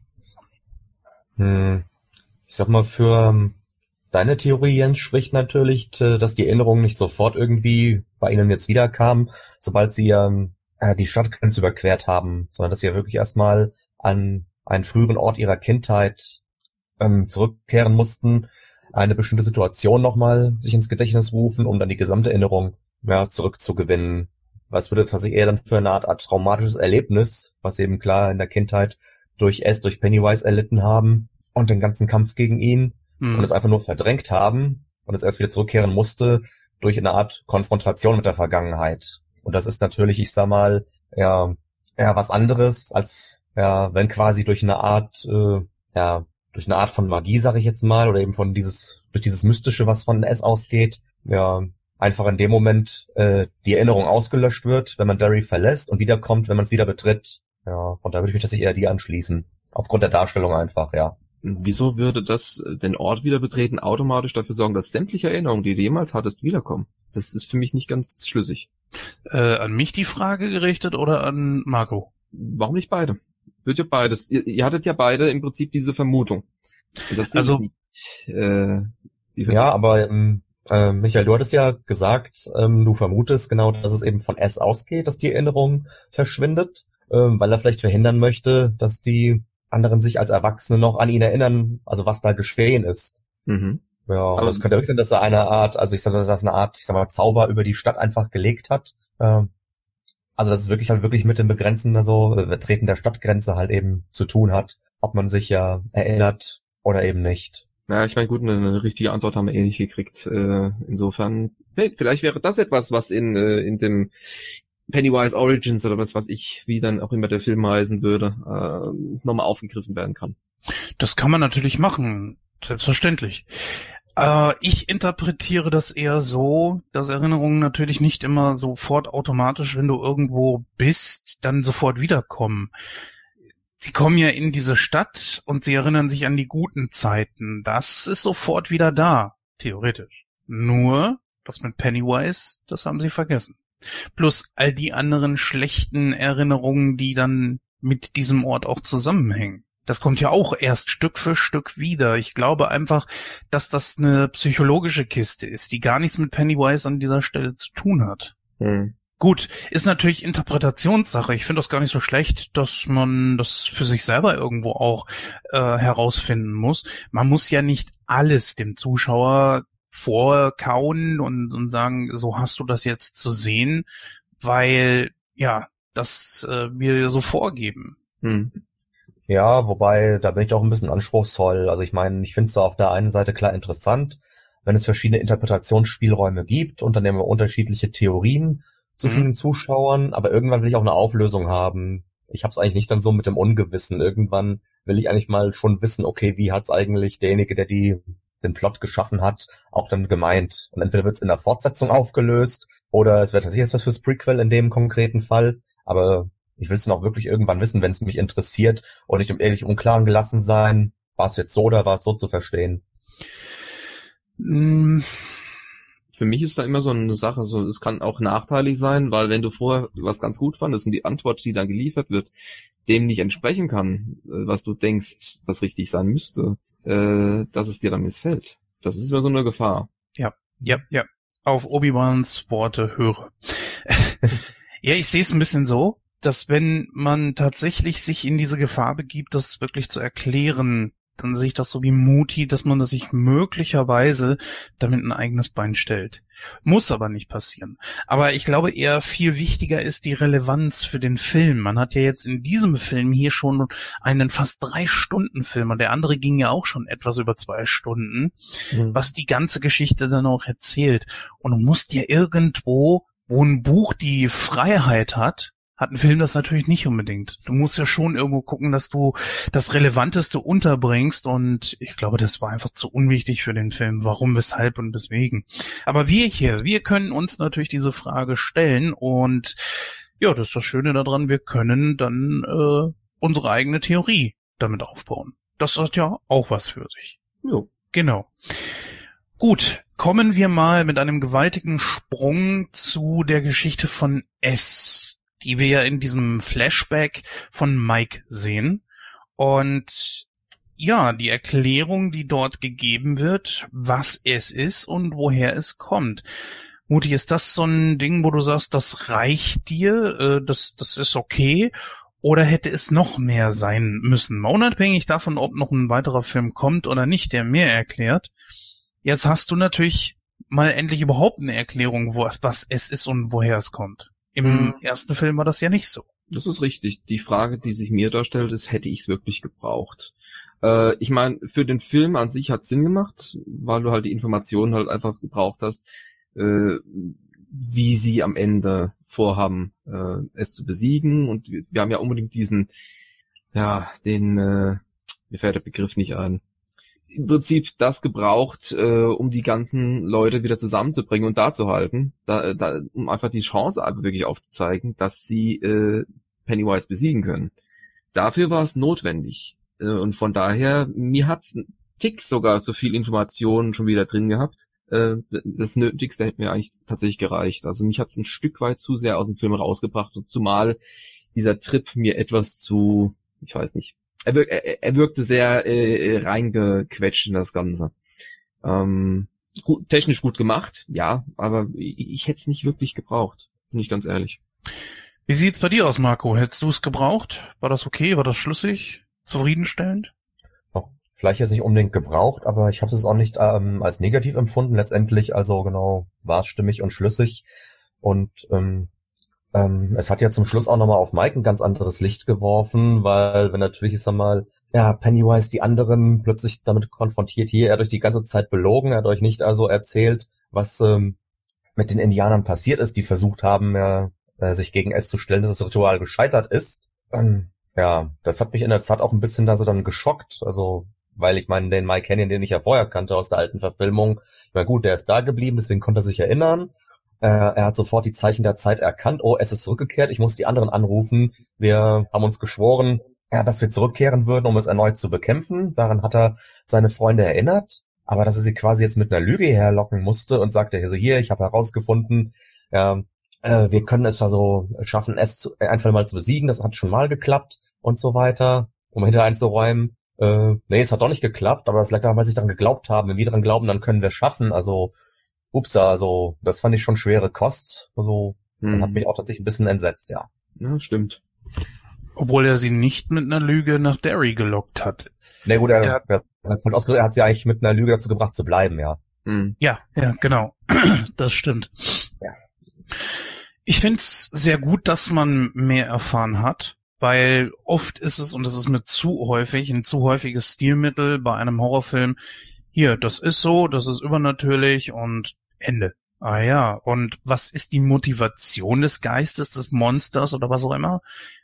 Ich sag mal, für deine Theorie, Jens, spricht natürlich, dass die Erinnerungen nicht sofort irgendwie bei ihnen jetzt wiederkamen, sobald sie die Stadtgrenze überquert haben, sondern dass sie ja wirklich erstmal an einen früheren Ort ihrer Kindheit zurückkehren mussten, eine bestimmte Situation nochmal sich ins Gedächtnis rufen, um dann die gesamte Erinnerung zurückzugewinnen. Was würde tatsächlich eher dann für eine Art traumatisches Erlebnis, was eben klar in der Kindheit durch Pennywise erlitten haben und den ganzen Kampf gegen ihn und es einfach nur verdrängt haben und es erst wieder zurückkehren musste durch eine Art Konfrontation mit der Vergangenheit. Und das ist natürlich, ich sag mal, was anderes, als wenn quasi durch eine Art von Magie, sage ich jetzt mal, oder eben durch dieses Mystische, was von S ausgeht, einfach in dem Moment die Erinnerung ausgelöscht wird, wenn man Derry verlässt und wiederkommt, wenn man es wieder betritt. Ja, von da würde ich mich tatsächlich eher die anschließen. Aufgrund der Darstellung einfach, ja. Wieso würde das den Ort wieder betreten automatisch dafür sorgen, dass sämtliche Erinnerungen, die du jemals hattest, wiederkommen? Das ist für mich nicht ganz schlüssig. An mich die Frage gerichtet oder an Marco? Warum nicht beide? Wird ja beides. Ihr hattet ja beide im Prinzip diese Vermutung. Und das Also, ja, aber Michael, du hattest ja gesagt, du vermutest genau, dass es eben von S ausgeht, dass die Erinnerung verschwindet, weil er vielleicht verhindern möchte, dass die anderen sich als Erwachsene noch an ihn erinnern, also was da geschehen ist. Mhm. Ja, aber es könnte wirklich sein, dass er eine Art, also ich sag, dass das eine Art, ich sag mal, Zauber über die Stadt einfach gelegt hat. Also dass es wirklich mit dem Begrenzen, also Betreten der Stadtgrenze halt eben zu tun hat, ob man sich ja erinnert oder eben nicht. Ja, ich meine, gut, eine richtige Antwort haben wir eh nicht gekriegt. Insofern, vielleicht wäre das etwas, was in dem Pennywise Origins oder was weiß ich, wie dann auch immer der Film heißen würde, nochmal aufgegriffen werden kann. Das kann man natürlich machen, selbstverständlich. Ich interpretiere das eher so, dass Erinnerungen natürlich nicht immer sofort automatisch, wenn du irgendwo bist, dann sofort wiederkommen. Sie kommen ja in diese Stadt und sie erinnern sich an die guten Zeiten. Das ist sofort wieder da, theoretisch. Nur, was mit Pennywise, das haben sie vergessen. Plus all die anderen schlechten Erinnerungen, die dann mit diesem Ort auch zusammenhängen. Das kommt ja auch erst Stück für Stück wieder. Ich glaube einfach, dass das eine psychologische Kiste ist, die gar nichts mit Pennywise an dieser Stelle zu tun hat. Gut, ist natürlich Interpretationssache. Ich finde das gar nicht so schlecht, dass man das für sich selber irgendwo auch herausfinden muss. Man muss ja nicht alles dem Zuschauer vorkauen und sagen, so hast du das jetzt zu sehen, weil, ja, das wir so vorgeben. Ja, wobei, da bin ich auch ein bisschen anspruchsvoll. Also ich meine, ich finde es zwar auf der einen Seite klar interessant, wenn es verschiedene Interpretationsspielräume gibt und dann immer unterschiedliche Theorien zwischen den Zuschauern, aber irgendwann will ich auch eine Auflösung haben. Ich habe es eigentlich nicht dann so mit dem Ungewissen. Irgendwann will ich eigentlich mal schon wissen, okay, wie hat's eigentlich derjenige, der den Plot geschaffen hat, auch dann gemeint. Und entweder wird's in der Fortsetzung aufgelöst oder es wird tatsächlich jetzt was fürs Prequel in dem konkreten Fall. Aber ich will es dann auch wirklich irgendwann wissen, wenn es mich interessiert und nicht ehrlich unklaren gelassen sein, war es jetzt so oder war es so zu verstehen. Für mich ist da immer so eine Sache, so es kann auch nachteilig sein, weil wenn du vorher was ganz gut fandest und die Antwort, die dann geliefert wird, dem nicht entsprechen kann, was du denkst, was richtig sein müsste, dass es dir dann missfällt. Das ist immer so eine Gefahr. Ja. Auf Obi-Wans Worte höre. Ja, ich sehe es ein bisschen so, dass wenn man tatsächlich sich in diese Gefahr begibt, das wirklich zu erklären, dann sehe ich das so wie Muti, dass man das sich möglicherweise damit ein eigenes Bein stellt. Muss aber nicht passieren. Aber ich glaube eher viel wichtiger ist die Relevanz für den Film. Man hat ja jetzt in diesem Film hier schon einen fast 3-Stunden-Film und der andere ging ja auch schon etwas über 2 Stunden, was die ganze Geschichte dann auch erzählt. Und du musst ja irgendwo, wo ein Buch die Freiheit hat ein Film das natürlich nicht unbedingt. Du musst ja schon irgendwo gucken, dass du das Relevanteste unterbringst und ich glaube, das war einfach zu unwichtig für den Film. Warum, weshalb und weswegen. Aber wir können uns natürlich diese Frage stellen und ja, das ist das Schöne daran, wir können dann unsere eigene Theorie damit aufbauen. Das hat ja auch was für sich. Jo. Genau. Gut, kommen wir mal mit einem gewaltigen Sprung zu der Geschichte von S, die wir ja in diesem Flashback von Mike sehen. Und ja, die Erklärung, die dort gegeben wird, was es ist und woher es kommt. Muti, ist das so ein Ding, wo du sagst, das reicht dir, das ist okay? Oder hätte es noch mehr sein müssen? Mal unabhängig davon, ob noch ein weiterer Film kommt oder nicht, der mehr erklärt. Jetzt hast du natürlich mal endlich überhaupt eine Erklärung, was es ist und woher es kommt. Im ersten Film war das ja nicht so. Das ist richtig. Die Frage, die sich mir darstellt, ist, hätte ich es wirklich gebraucht? Ich meine, für den Film an sich hat es Sinn gemacht, weil du halt die Informationen halt einfach gebraucht hast, wie sie am Ende vorhaben, es zu besiegen. Und wir haben ja unbedingt mir fällt der Begriff nicht ein. Im Prinzip das gebraucht, um die ganzen Leute wieder zusammenzubringen und da zu halten, um einfach die Chance wirklich aufzuzeigen, dass sie Pennywise besiegen können. Dafür war es notwendig. Und von daher, mir hat's einen Tick sogar zu viel Informationen schon wieder drin gehabt. Das Nötigste hätte mir eigentlich tatsächlich gereicht. Also mich hat's ein Stück weit zu sehr aus dem Film rausgebracht, und zumal dieser Trip mir etwas zu, ich weiß nicht, er wirkte sehr reingequetscht in das Ganze. Technisch gut gemacht, ja, aber ich hätte es nicht wirklich gebraucht, bin ich ganz ehrlich. Wie sieht's bei dir aus, Marco? Hättest du es gebraucht? War das okay? War das schlüssig? Zufriedenstellend? Vielleicht jetzt nicht unbedingt gebraucht, aber ich habe es auch nicht als negativ empfunden. Letztendlich, also genau, war es stimmig und schlüssig. Und es hat ja zum Schluss auch nochmal auf Mike ein ganz anderes Licht geworfen, weil wenn natürlich, ich sag mal, ja, Pennywise die anderen plötzlich damit konfrontiert, hier, er hat euch die ganze Zeit belogen, er hat euch nicht also erzählt, was mit den Indianern passiert ist, die versucht haben, sich gegen S zu stellen, dass das Ritual gescheitert ist. Ja, das hat mich in der Tat auch ein bisschen da so dann geschockt, also weil ich meine, den Mike Canyon, den ich ja vorher kannte aus der alten Verfilmung, na gut, der ist da geblieben, deswegen konnte er sich erinnern. Er hat sofort die Zeichen der Zeit erkannt. Oh, es ist zurückgekehrt. Ich muss die anderen anrufen. Wir haben uns geschworen, dass wir zurückkehren würden, um es erneut zu bekämpfen. Daran hat er seine Freunde erinnert. Aber dass er sie quasi jetzt mit einer Lüge herlocken musste und sagte, also hier, ich habe herausgefunden, wir können es also schaffen, es einfach mal zu besiegen. Das hat schon mal geklappt und so weiter, um hinter einzuräumen. Nee, es hat doch nicht geklappt, aber das lag daran, weil sie daran geglaubt haben. Wenn wir daran glauben, dann können wir es schaffen. Also also das fand ich schon schwere Kost. Also hat mich auch tatsächlich ein bisschen entsetzt, ja. Ja, stimmt. Obwohl er sie nicht mit einer Lüge nach Derry gelockt hat. Nee, gut, er hat sie eigentlich mit einer Lüge dazu gebracht zu bleiben, ja. Ja, genau. Das stimmt. Ja. Ich find's sehr gut, dass man mehr erfahren hat, weil oft ist es, und das ist mir ein zu häufiges Stilmittel bei einem Horrorfilm, hier, das ist so, das ist übernatürlich und Ende. Ah ja, und was ist die Motivation des Geistes, des Monsters oder was auch immer?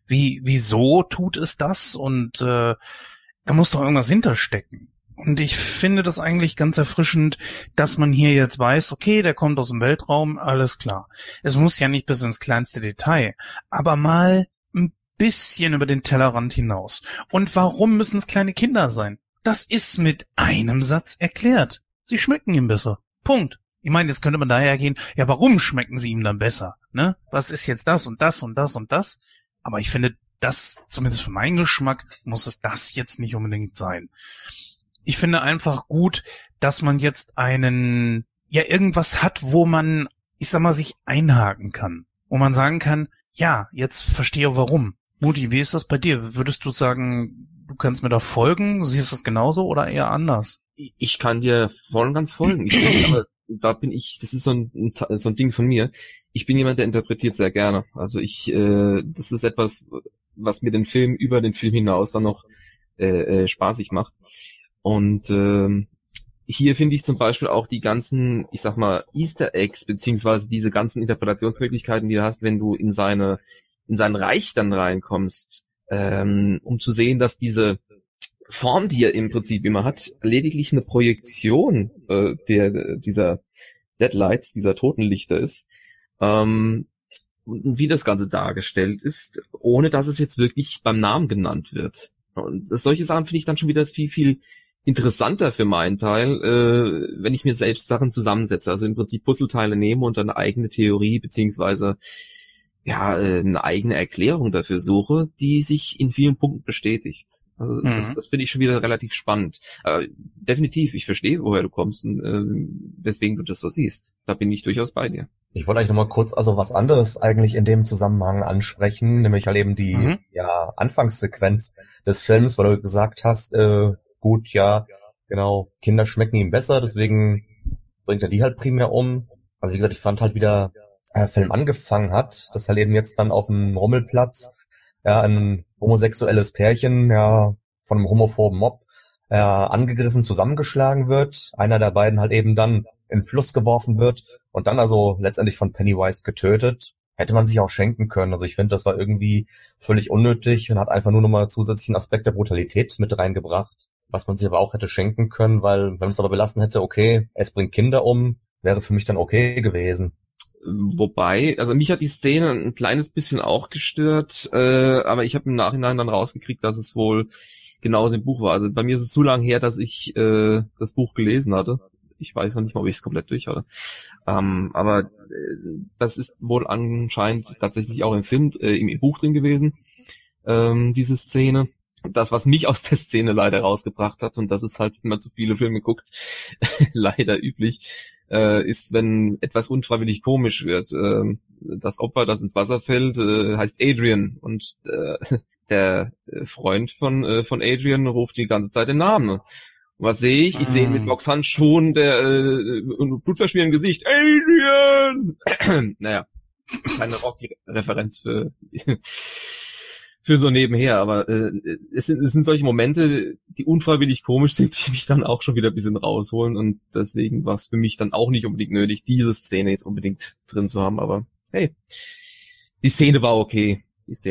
Wieso tut es das? Und da muss doch irgendwas hinterstecken. Und ich finde das eigentlich ganz erfrischend, dass man hier jetzt weiß, okay, der kommt aus dem Weltraum, alles klar. Es muss ja nicht bis ins kleinste Detail, aber mal ein bisschen über den Tellerrand hinaus. Und warum müssen es kleine Kinder sein? Das ist mit einem Satz erklärt. Sie schmecken ihm besser. Punkt. Ich meine, jetzt könnte man daher gehen, ja, warum schmecken sie ihm dann besser? Ne? Was ist jetzt das und das und das und das? Aber ich finde, das, zumindest für meinen Geschmack, muss es das jetzt nicht unbedingt sein. Ich finde einfach gut, dass man jetzt irgendwas hat, wo man, ich sag mal, sich einhaken kann. Wo man sagen kann, Ja, jetzt verstehe warum. Mutti, wie ist das bei dir? Würdest du sagen, du kannst mir da folgen? Siehst du es genauso oder eher anders? Ich kann dir voll und ganz folgen. Ich denke, aber da bin ich, das ist so ein Ding von mir. Ich bin jemand, der interpretiert sehr gerne. Also das ist etwas, was mir den Film über den Film hinaus dann noch spaßig macht. Und hier finde ich zum Beispiel auch die ganzen, ich sag mal, Easter Eggs, beziehungsweise diese ganzen Interpretationsmöglichkeiten, die du hast, wenn du in sein Reich dann reinkommst, um zu sehen, dass diese Form, die er im Prinzip immer hat, lediglich eine Projektion dieser Deadlights, dieser Totenlichter ist, und wie das Ganze dargestellt ist, ohne dass es jetzt wirklich beim Namen genannt wird. Und solche Sachen finde ich dann schon wieder viel, viel interessanter für meinen Teil, wenn ich mir selbst Sachen zusammensetze, also im Prinzip Puzzleteile nehme und eine eigene Theorie beziehungsweise eine eigene Erklärung dafür suche, die sich in vielen Punkten bestätigt. Also das finde ich schon wieder relativ spannend. Definitiv, ich verstehe, woher du kommst und weswegen du das so siehst. Da bin ich durchaus bei dir. Ich wollte eigentlich nochmal kurz was anderes eigentlich in dem Zusammenhang ansprechen, nämlich halt eben die Anfangssequenz des Films, weil du gesagt hast, gut, ja, genau, Kinder schmecken ihm besser, deswegen bringt er die halt primär um. Also wie gesagt, ich fand halt, wie der Film angefangen hat, dass halt eben jetzt dann auf dem Rummelplatz ein homosexuelles Pärchen von einem homophoben Mob angegriffen, zusammengeschlagen wird, einer der beiden halt eben dann in den Fluss geworfen wird und dann also letztendlich von Pennywise getötet. Hätte man sich auch schenken können. Also ich finde, das war irgendwie völlig unnötig und hat einfach nur nochmal zusätzlichen Aspekt der Brutalität mit reingebracht, was man sich aber auch hätte schenken können, weil wenn man es aber belassen hätte, okay, es bringt Kinder um, wäre für mich dann okay gewesen. Wobei, also mich hat die Szene ein kleines bisschen auch gestört, aber ich habe im Nachhinein dann rausgekriegt, dass es wohl genauso im Buch war. Also bei mir ist es zu lang her, dass ich das Buch gelesen hatte. Ich weiß noch nicht mal, ob ich es komplett durch hatte. Aber das ist wohl anscheinend tatsächlich auch im Buch drin gewesen, diese Szene. Das, was mich aus der Szene leider rausgebracht hat, und das ist halt, wenn man zu viele Filme guckt, leider üblich, ist, wenn etwas unfreiwillig komisch wird. Das Opfer, das ins Wasser fällt, heißt Adrian, und der Freund von Adrian ruft die ganze Zeit den Namen. Und was sehe ich? Ich sehe ihn mit Boxhandschuhen, blutverschmierendem Gesicht. Adrian! Naja, keine Rocky-Referenz für so nebenher, aber es sind solche Momente, die unfreiwillig komisch sind, die mich dann auch schon wieder ein bisschen rausholen, und deswegen war es für mich dann auch nicht unbedingt nötig, diese Szene jetzt unbedingt drin zu haben, aber hey, die Szene war okay.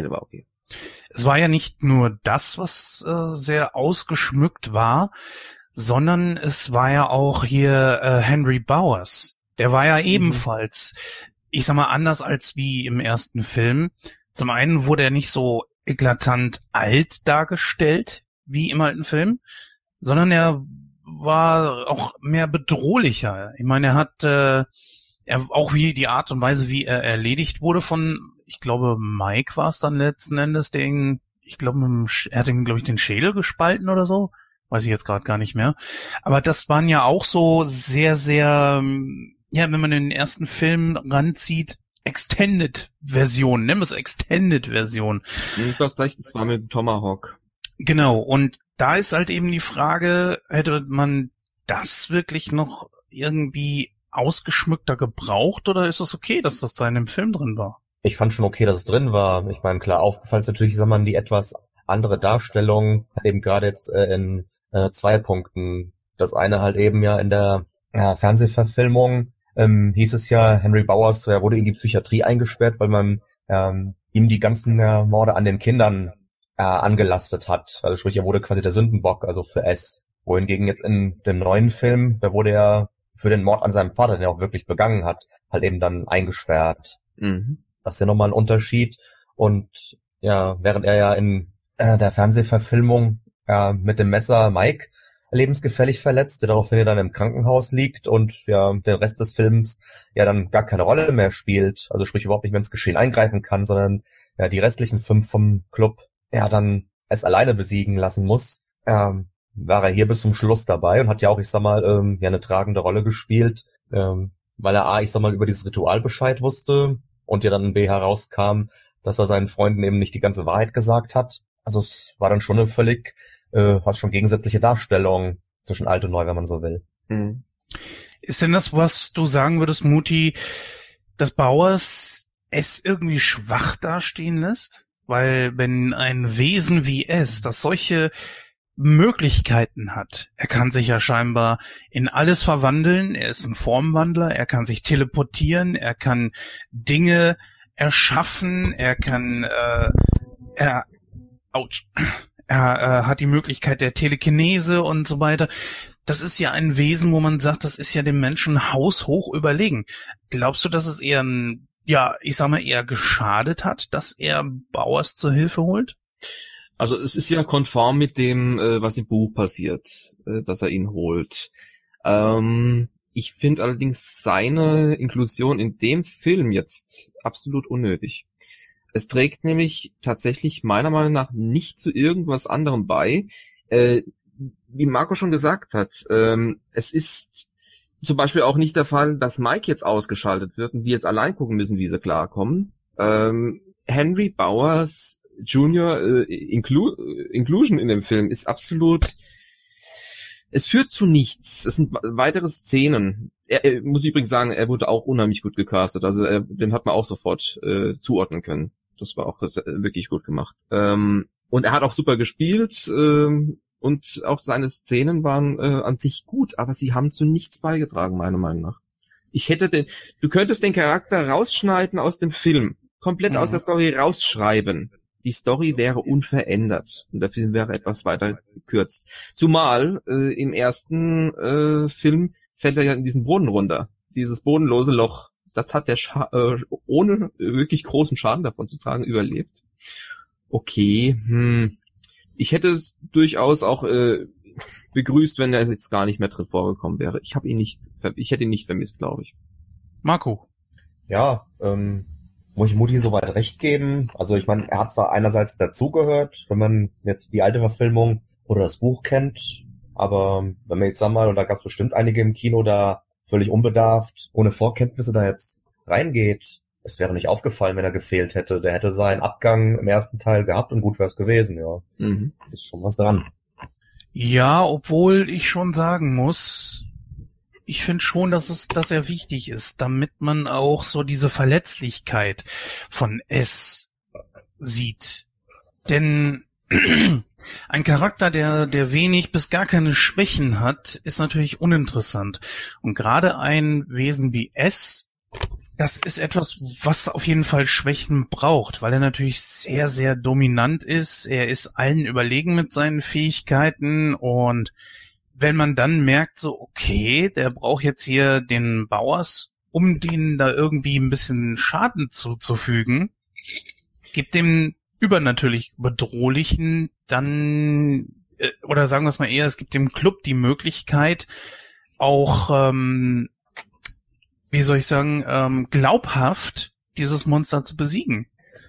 Es war ja nicht nur das, was sehr ausgeschmückt war, sondern es war ja auch hier Henry Bowers. Der war ja ebenfalls, ich sag mal, anders als wie im ersten Film. Zum einen wurde er nicht so eklatant alt dargestellt, wie im alten Film, sondern er war auch mehr bedrohlicher. Ich meine, er hat auch wie die Art und Weise, wie er erledigt wurde von, ich glaube, Mike war es dann letzten Endes, er hat ihn, glaube ich, den Schädel gespalten oder so. Weiß ich jetzt gerade gar nicht mehr. Aber das waren ja auch so sehr, sehr, wenn man den ersten Film ranzieht, Extended-Version, nennen wir es Extended-Version. Du hast recht, es war mit Tomahawk. Genau, und da ist halt eben die Frage, hätte man das wirklich noch irgendwie ausgeschmückter gebraucht, oder ist es okay, dass das da in dem Film drin war? Ich fand schon okay, dass es drin war. Ich meine, klar, aufgefallen ist natürlich, sag mal, die etwas andere Darstellung, eben gerade jetzt in 2 Punkten. Das eine halt eben ja in der Fernsehverfilmung hieß es ja, Henry Bowers wurde in die Psychiatrie eingesperrt, weil man ihm die ganzen Morde an den Kindern angelastet hat. Also sprich, er wurde quasi der Sündenbock, also für S. Wohingegen jetzt in dem neuen Film, da wurde er für den Mord an seinem Vater, den er auch wirklich begangen hat, halt eben dann eingesperrt. Das ist ja nochmal ein Unterschied. Und ja, während er ja in der Fernsehverfilmung mit dem Messer Mike lebensgefährlich verletzt, der daraufhin dann im Krankenhaus liegt und ja den Rest des Films ja dann gar keine Rolle mehr spielt, also sprich überhaupt nicht mehr ins Geschehen eingreifen kann, sondern ja die restlichen 5 vom Club dann es alleine besiegen lassen muss, war er hier bis zum Schluss dabei und hat ja auch, ich sag mal, eine tragende Rolle gespielt, weil er A, ich sag mal, über dieses Ritual Bescheid wusste und ja dann B herauskam, dass er seinen Freunden eben nicht die ganze Wahrheit gesagt hat. Also es war dann schon eine völlig, fast schon gegensätzliche Darstellung zwischen alt und neu, wenn man so will. Mhm. Ist denn das, was du sagen würdest, Muti, dass Bowers es irgendwie schwach dastehen lässt? Weil wenn ein Wesen wie es, das solche Möglichkeiten hat, er kann sich ja scheinbar in alles verwandeln, er ist ein Formwandler, er kann sich teleportieren, er kann Dinge erschaffen, er hat die Möglichkeit der Telekinese und so weiter. Das ist ja ein Wesen, wo man sagt, das ist ja dem Menschen haushoch überlegen. Glaubst du, dass es eher eher geschadet hat, dass er Bowers zur Hilfe holt? Also es ist ja konform mit dem, was im Buch passiert, dass er ihn holt. Ich finde allerdings seine Inklusion in dem Film jetzt absolut unnötig. Es trägt nämlich tatsächlich meiner Meinung nach nicht zu irgendwas anderem bei. Wie Marco schon gesagt hat, es ist zum Beispiel auch nicht der Fall, dass Mike jetzt ausgeschaltet wird und die jetzt allein gucken müssen, wie sie klarkommen. Henry Bowers Jr. Inclusion in dem Film ist absolut, es führt zu nichts. Es sind weitere Szenen. Er muss ich übrigens sagen, er wurde auch unheimlich gut gecastet. Also den hat man auch sofort zuordnen können. Das war auch wirklich gut gemacht. Und er hat auch super gespielt. Und auch seine Szenen waren an sich gut, aber sie haben zu nichts beigetragen, meiner Meinung nach. Du könntest den Charakter rausschneiden aus dem Film, komplett aus der Story rausschreiben. Die Story wäre unverändert und der Film wäre etwas weiter gekürzt. Zumal im ersten Film fällt er ja in diesen Boden runter. Dieses bodenlose Loch, das hat der ohne wirklich großen Schaden davon zu tragen überlebt. Okay, ich hätte es durchaus auch begrüßt, wenn er jetzt gar nicht mehr drin vorgekommen wäre. Ich hätte ihn nicht vermisst, glaube ich. Marco. Ja, muss ich Mutti soweit recht geben. Also ich meine, er hat zwar einerseits dazugehört, wenn man jetzt die alte Verfilmung oder das Buch kennt, aber wenn man jetzt und da gab es bestimmt einige im Kino, da völlig unbedarft, ohne Vorkenntnisse da jetzt reingeht, es wäre nicht aufgefallen, wenn er gefehlt hätte. Der hätte seinen Abgang im ersten Teil gehabt und gut wäre es gewesen, ja. Mhm. Ist schon was dran. Ja, obwohl ich schon sagen muss, ich finde schon, dass er wichtig ist, damit man auch so diese Verletzlichkeit von S sieht. Denn ein Charakter, der wenig bis gar keine Schwächen hat, ist natürlich uninteressant. Und gerade ein Wesen wie S, das ist etwas, was auf jeden Fall Schwächen braucht, weil er natürlich sehr, sehr dominant ist. Er ist allen überlegen mit seinen Fähigkeiten und wenn man dann merkt, so, okay, der braucht jetzt hier den Bowers, um denen da irgendwie ein bisschen Schaden zuzufügen, gibt dem übernatürlich Bedrohlichen dann, oder sagen wir es mal eher, es gibt dem Club die Möglichkeit, auch, glaubhaft dieses Monster zu besiegen.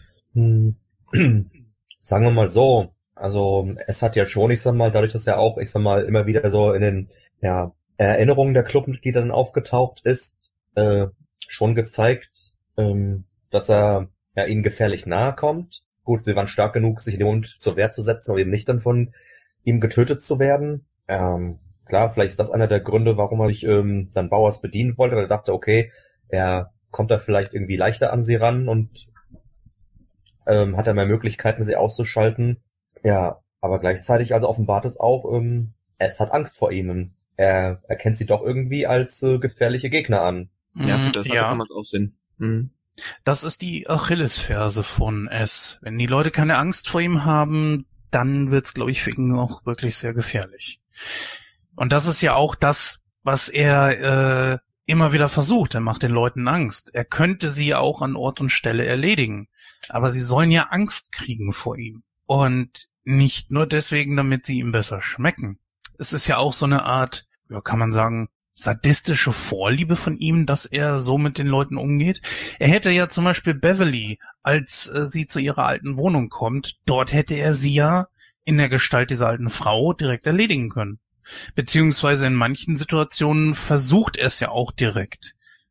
Sagen wir mal so, also es hat ja schon, dadurch, dass er auch, immer wieder so in den Erinnerungen der Clubmitglieder dann aufgetaucht ist, schon gezeigt, dass er ihnen gefährlich nahe kommt. Gut, sie waren stark genug, sich in den Mund zur Wehr zu setzen, aber eben nicht dann von ihm getötet zu werden. Klar, vielleicht ist das einer der Gründe, warum er sich dann Bowers bedienen wollte, weil er dachte, okay, er kommt da vielleicht irgendwie leichter an sie ran und hat er mehr Möglichkeiten, sie auszuschalten. Ja, aber gleichzeitig also offenbart es auch, es hat Angst vor ihnen. Er erkennt sie doch irgendwie als gefährliche Gegner an. Ja, das kann man auch sehen. Mhm. Das ist die Achillesferse von S. Wenn die Leute keine Angst vor ihm haben, dann wird's, glaube ich, für ihn auch wirklich sehr gefährlich. Und das ist ja auch das, was er immer wieder versucht. Er macht den Leuten Angst. Er könnte sie auch an Ort und Stelle erledigen. Aber sie sollen ja Angst kriegen vor ihm. Und nicht nur deswegen, damit sie ihm besser schmecken. Es ist ja auch so eine Art, kann man sagen, sadistische Vorliebe von ihm, dass er so mit den Leuten umgeht. Er hätte ja zum Beispiel Beverly, als sie zu ihrer alten Wohnung kommt, dort hätte er sie ja in der Gestalt dieser alten Frau direkt erledigen können. Beziehungsweise in manchen Situationen versucht er es ja auch direkt.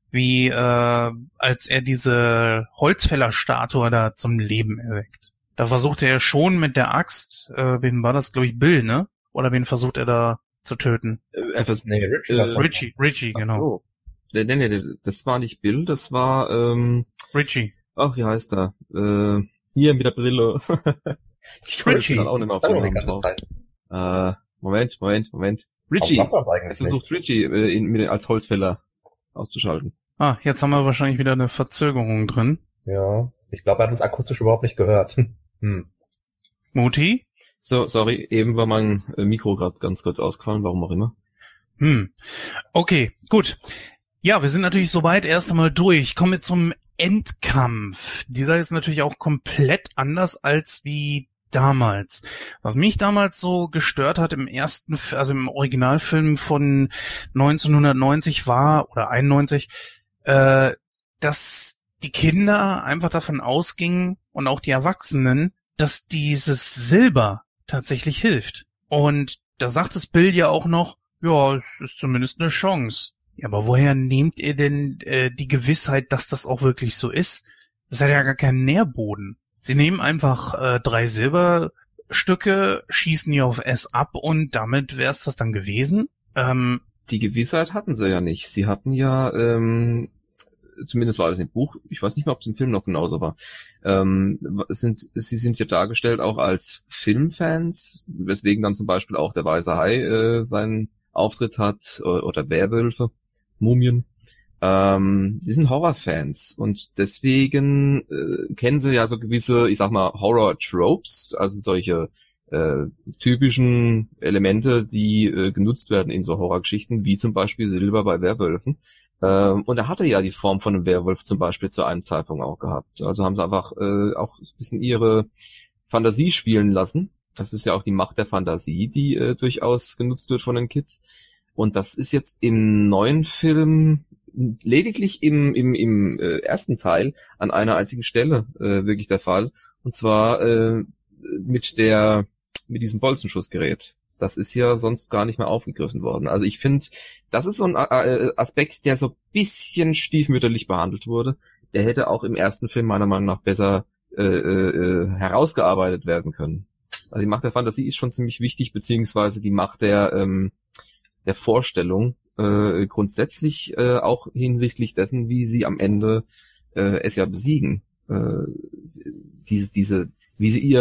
wie als er diese Holzfällerstatue da zum Leben erweckt. Da versucht er schon mit der Axt, wen war das, glaube ich, Bill, ne? Oder wen versucht er da zu töten? Richie, genau. Oh. Nee, das war nicht Bill, das war Richie. Ach, wie heißt er? Hier mit der Brille. Ich komme jetzt Richie. dann auch nicht mehr auf den Namen drauf. Moment. Richie. Es versucht Richie als Holzfäller auszuschalten. Ah, jetzt haben wir wahrscheinlich wieder eine Verzögerung drin. Ja, ich glaube, er hat uns akustisch überhaupt nicht gehört. Muti? So, sorry, eben war mein Mikro gerade ganz kurz ausgefallen, warum auch immer. Okay, gut. Ja, wir sind natürlich soweit erst einmal durch. Kommen wir zum Endkampf. Dieser ist natürlich auch komplett anders als wie damals. Was mich damals so gestört hat im Originalfilm von 1990 war, oder 91, dass die Kinder einfach davon ausgingen und auch die Erwachsenen, dass dieses Silber tatsächlich hilft. Und da sagt es Bill ja auch noch, ja, es ist zumindest eine Chance. Ja, aber woher nehmt ihr denn die Gewissheit, dass das auch wirklich so ist? Das hat ja gar keinen Nährboden. Sie nehmen einfach 3 Silberstücke, schießen die auf S ab und damit wäre es das dann gewesen? Die Gewissheit hatten sie ja nicht. Sie hatten ja, zumindest war das im Buch, ich weiß nicht mehr, ob es im Film noch genauso war, sie sind ja dargestellt auch als Filmfans, weswegen dann zum Beispiel auch der Weiße Hai seinen Auftritt hat, oder Werwölfe, Mumien. Die sind Horrorfans und deswegen kennen sie ja so gewisse, ich sag mal, Horror-Tropes, also solche typischen Elemente, die genutzt werden in so Horrorgeschichten, wie zum Beispiel Silber bei Werwölfen. Und er hatte ja die Form von einem Werwolf zum Beispiel zu einem Zeitpunkt auch gehabt. Also haben sie einfach auch ein bisschen ihre Fantasie spielen lassen. Das ist ja auch die Macht der Fantasie, die durchaus genutzt wird von den Kids. Und das ist jetzt im neuen Film lediglich im ersten Teil an einer einzigen Stelle wirklich der Fall. Und zwar mit diesem Bolzenschussgerät. Das ist ja sonst gar nicht mehr aufgegriffen worden. Also ich finde, das ist so ein Aspekt, der so ein bisschen stiefmütterlich behandelt wurde. Der hätte auch im ersten Film meiner Meinung nach besser herausgearbeitet werden können. Also die Macht der Fantasie ist schon ziemlich wichtig, beziehungsweise die Macht der Vorstellung grundsätzlich auch hinsichtlich dessen, wie sie am Ende es ja besiegen. Wie sie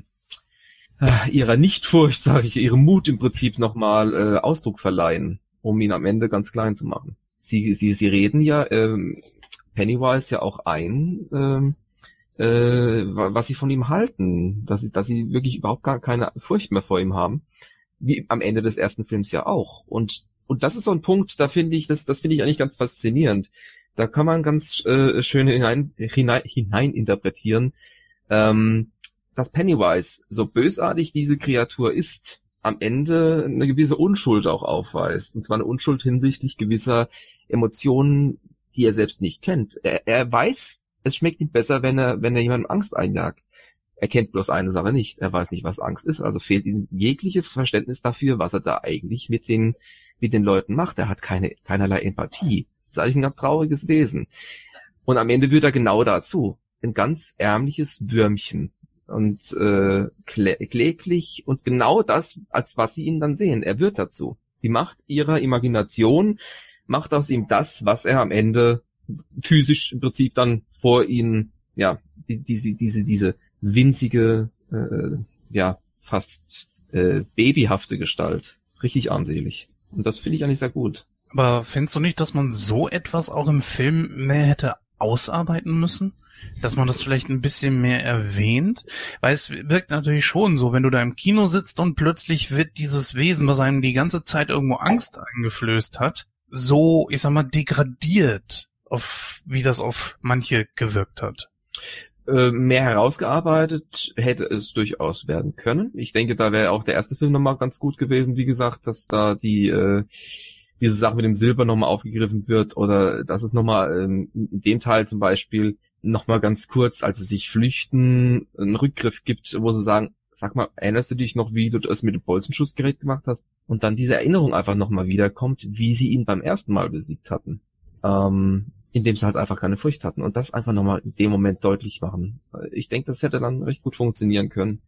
ihrer Nichtfurcht, sage ich, ihrem Mut im Prinzip nochmal Ausdruck verleihen, um ihn am Ende ganz klein zu machen. Sie reden ja Pennywise ja auch ein, was sie von ihm halten, dass sie wirklich überhaupt gar keine Furcht mehr vor ihm haben, wie am Ende des ersten Films ja auch. Und das ist so ein Punkt, da finde ich, das finde ich eigentlich ganz faszinierend. Da kann man ganz schön hinein interpretieren, dass Pennywise, so bösartig diese Kreatur ist, am Ende eine gewisse Unschuld auch aufweist. Und zwar eine Unschuld hinsichtlich gewisser Emotionen, die er selbst nicht kennt. Er weiß, es schmeckt ihm besser, wenn er jemandem Angst einjagt. Er kennt bloß eine Sache nicht. Er weiß nicht, was Angst ist. Also fehlt ihm jegliches Verständnis dafür, was er da eigentlich mit den Leuten macht. Er hat keinerlei Empathie. Das ist eigentlich ein ganz trauriges Wesen. Und am Ende wird er genau dazu. Ein ganz ärmliches Würmchen. Und kläglich und genau das, als was sie ihn dann sehen. Er wird dazu. Die Macht ihrer Imagination macht aus ihm das, was er am Ende physisch im Prinzip dann vor ihnen, ja, diese winzige, fast babyhafte Gestalt. Richtig armselig. Und das finde ich eigentlich sehr gut. Aber findest du nicht, dass man so etwas auch im Film mehr hätte ausarbeiten müssen? Dass man das vielleicht ein bisschen mehr erwähnt? Weil es wirkt natürlich schon so, wenn du da im Kino sitzt und plötzlich wird dieses Wesen, was einem die ganze Zeit irgendwo Angst eingeflößt hat, so, ich sag mal, degradiert, wie das auf manche gewirkt hat. Mehr herausgearbeitet hätte es durchaus werden können. Ich denke, da wäre auch der erste Film nochmal ganz gut gewesen, wie gesagt, dass da diese Sache mit dem Silber nochmal aufgegriffen wird oder dass es nochmal in dem Teil zum Beispiel nochmal ganz kurz, als sie sich flüchten, einen Rückgriff gibt, wo sie sagen, sag mal, erinnerst du dich noch, wie du das mit dem Bolzenschussgerät gemacht hast? Und dann diese Erinnerung einfach nochmal wiederkommt, wie sie ihn beim ersten Mal besiegt hatten. indem sie halt einfach keine Furcht hatten und das einfach nochmal in dem Moment deutlich machen. Ich denke, das hätte dann recht gut funktionieren können.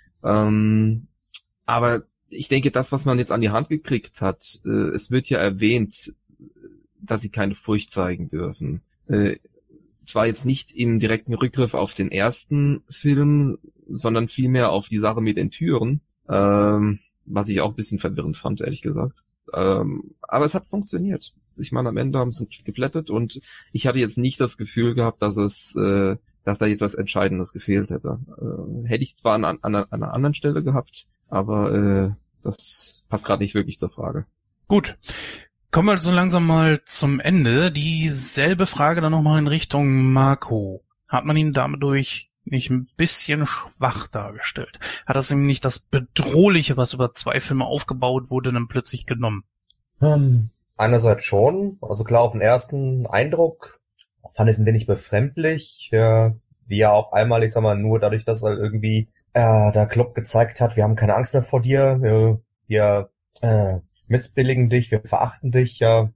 Aber ich denke, das, was man jetzt an die Hand gekriegt hat, es wird ja erwähnt, dass sie keine Furcht zeigen dürfen. Zwar jetzt nicht im direkten Rückgriff auf den ersten Film, sondern vielmehr auf die Sache mit den Türen, was ich auch ein bisschen verwirrend fand, ehrlich gesagt. Aber es hat funktioniert. Ich meine, am Ende haben sie geplättet und ich hatte jetzt nicht das Gefühl gehabt, dass da jetzt was Entscheidendes gefehlt hätte. Hätte ich zwar an einer anderen Stelle gehabt, aber das passt gerade nicht wirklich zur Frage. Gut. Kommen wir so langsam mal zum Ende. Dieselbe Frage dann nochmal in Richtung Marco. Hat man ihn dadurch nicht ein bisschen schwach dargestellt? Hat das ihm nicht das Bedrohliche, was über 2 Filme aufgebaut wurde, dann plötzlich genommen? Einerseits schon. Also klar, auf den ersten Eindruck fand ich es ein wenig befremdlich, wie er auf einmal, ich sag mal, nur dadurch, dass er irgendwie der Club gezeigt hat, wir haben keine Angst mehr vor dir, wir missbilligen dich, wir verachten dich, wir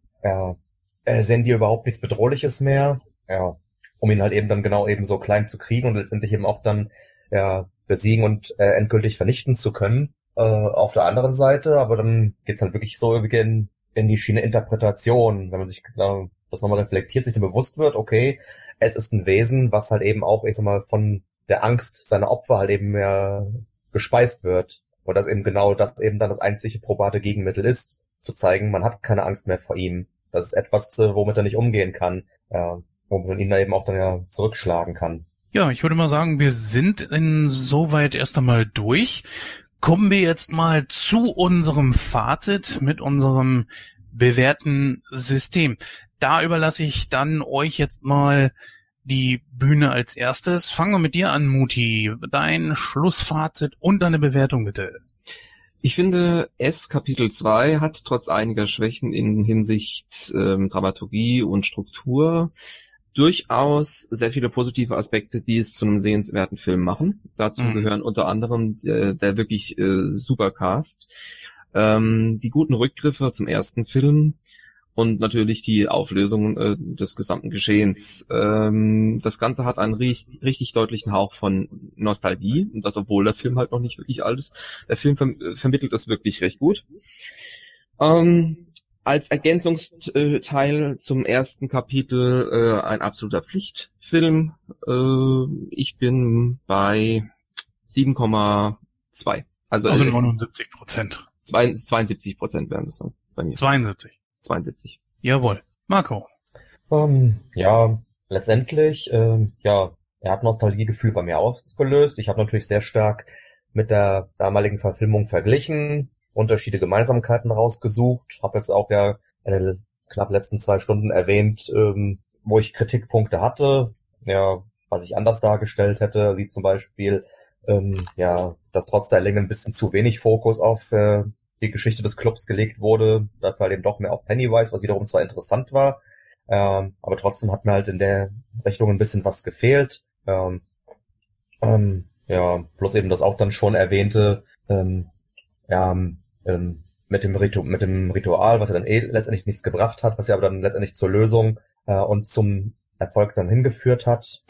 sehen dir überhaupt nichts Bedrohliches mehr, um ihn halt eben dann genau eben so klein zu kriegen und letztendlich eben auch dann besiegen und endgültig vernichten zu können. Auf der anderen Seite, aber dann geht's halt wirklich so in die Schiene Interpretation, wenn man sich das nochmal reflektiert, sich dann bewusst wird, okay, es ist ein Wesen, was halt eben auch, ich sag mal, von der Angst seiner Opfer halt eben mehr gespeist wird. Und dass eben genau das eben dann das einzige probate Gegenmittel ist, zu zeigen, man hat keine Angst mehr vor ihm. Das ist etwas, womit er nicht umgehen kann, womit man ihn da eben auch dann ja zurückschlagen kann. Ja, ich würde mal sagen, wir sind insoweit erst einmal durch. Kommen wir jetzt mal zu unserem Fazit mit unserem bewährten System. Da überlasse ich dann euch jetzt mal die Bühne als erstes. Fangen wir mit dir an, Muti. Dein Schlussfazit und deine Bewertung bitte. Ich finde, Kapitel 2 hat trotz einiger Schwächen in Hinsicht Dramaturgie und Struktur durchaus sehr viele positive Aspekte, die es zu einem sehenswerten Film machen. Dazu gehören unter anderem der wirklich Supercast, die guten Rückgriffe zum ersten Film und natürlich die Auflösung des gesamten Geschehens. Das Ganze hat einen richtig deutlichen Hauch von Nostalgie, und das obwohl der Film halt noch nicht wirklich alt ist. Der Film vermittelt das wirklich recht gut. Als Ergänzungsteil zum ersten Kapitel ein absoluter Pflichtfilm. Ich bin bei 7,2. Also 79%. 72% wären das dann bei mir. 72. Jawohl. Marco. Letztendlich, er hat Nostalgiegefühl bei mir ausgelöst. Ich habe natürlich sehr stark mit der damaligen Verfilmung verglichen, Unterschiede, Gemeinsamkeiten rausgesucht. Habe jetzt auch in den knapp letzten 2 Stunden erwähnt, wo ich Kritikpunkte hatte, was ich anders dargestellt hätte, wie zum Beispiel, dass trotz der Länge ein bisschen zu wenig Fokus auf die Geschichte des Clubs gelegt wurde, dafür halt eben doch mehr auf Pennywise, was wiederum zwar interessant war, aber trotzdem hat mir halt in der Richtung ein bisschen was gefehlt. Plus eben das auch dann schon erwähnte, mit dem Ritual, was ja dann letztendlich nichts gebracht hat, was ja aber dann letztendlich zur Lösung und zum Erfolg dann hingeführt hat.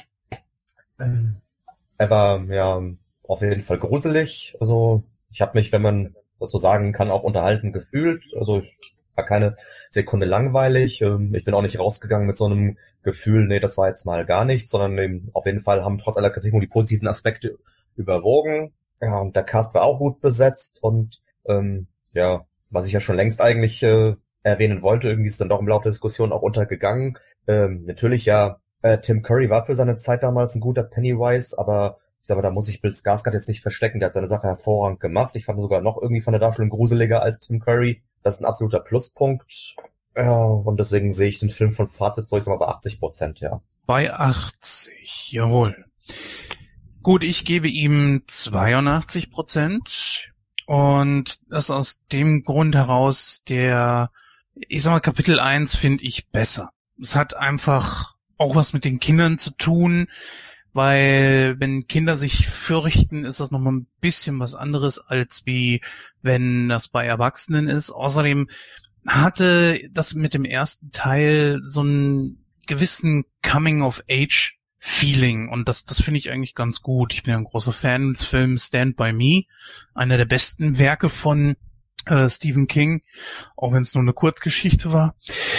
Er war auf jeden Fall gruselig. Also ich habe mich, wenn man das so sagen kann, auch unterhalten gefühlt. Also ich war keine Sekunde langweilig. Ich bin auch nicht rausgegangen mit so einem Gefühl, nee, das war jetzt mal gar nichts, sondern eben auf jeden Fall haben trotz aller Kritik nur die positiven Aspekte überwogen. Ja, und der Cast war auch gut besetzt und was ich ja schon längst eigentlich erwähnen wollte, irgendwie ist dann doch im Laufe der Diskussion auch untergegangen. Natürlich Tim Curry war für seine Zeit damals ein guter Pennywise, aber ich sag mal, da muss ich Bill Skarsgård jetzt nicht verstecken, der hat seine Sache hervorragend gemacht. Ich fand ihn sogar noch irgendwie von der Darstellung gruseliger als Tim Curry. Das ist ein absoluter Pluspunkt. Und deswegen sehe ich den Film von Fazit so, ich sag mal, bei 80%, ja. Bei 80, jawohl. Gut, ich gebe ihm 82%. Und das aus dem Grund heraus, Kapitel 1 finde ich besser. Es hat einfach auch was mit den Kindern zu tun, weil wenn Kinder sich fürchten, ist das nochmal ein bisschen was anderes, als wie wenn das bei Erwachsenen ist. Außerdem hatte das mit dem ersten Teil so ein gewissen Coming-of-Age-Feeling und das finde ich eigentlich ganz gut. Ich bin ja ein großer Fan des Films Stand By Me, einer der besten Werke von Stephen King, auch wenn es nur eine Kurzgeschichte war.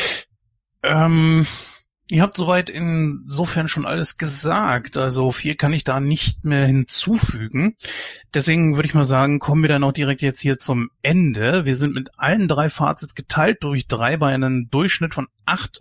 Ihr habt soweit insofern schon alles gesagt, also viel kann ich da nicht mehr hinzufügen. Deswegen würde ich mal sagen, kommen wir dann auch direkt jetzt hier zum Ende. Wir sind mit allen 3 Fazits geteilt durch 3 bei einem Durchschnitt von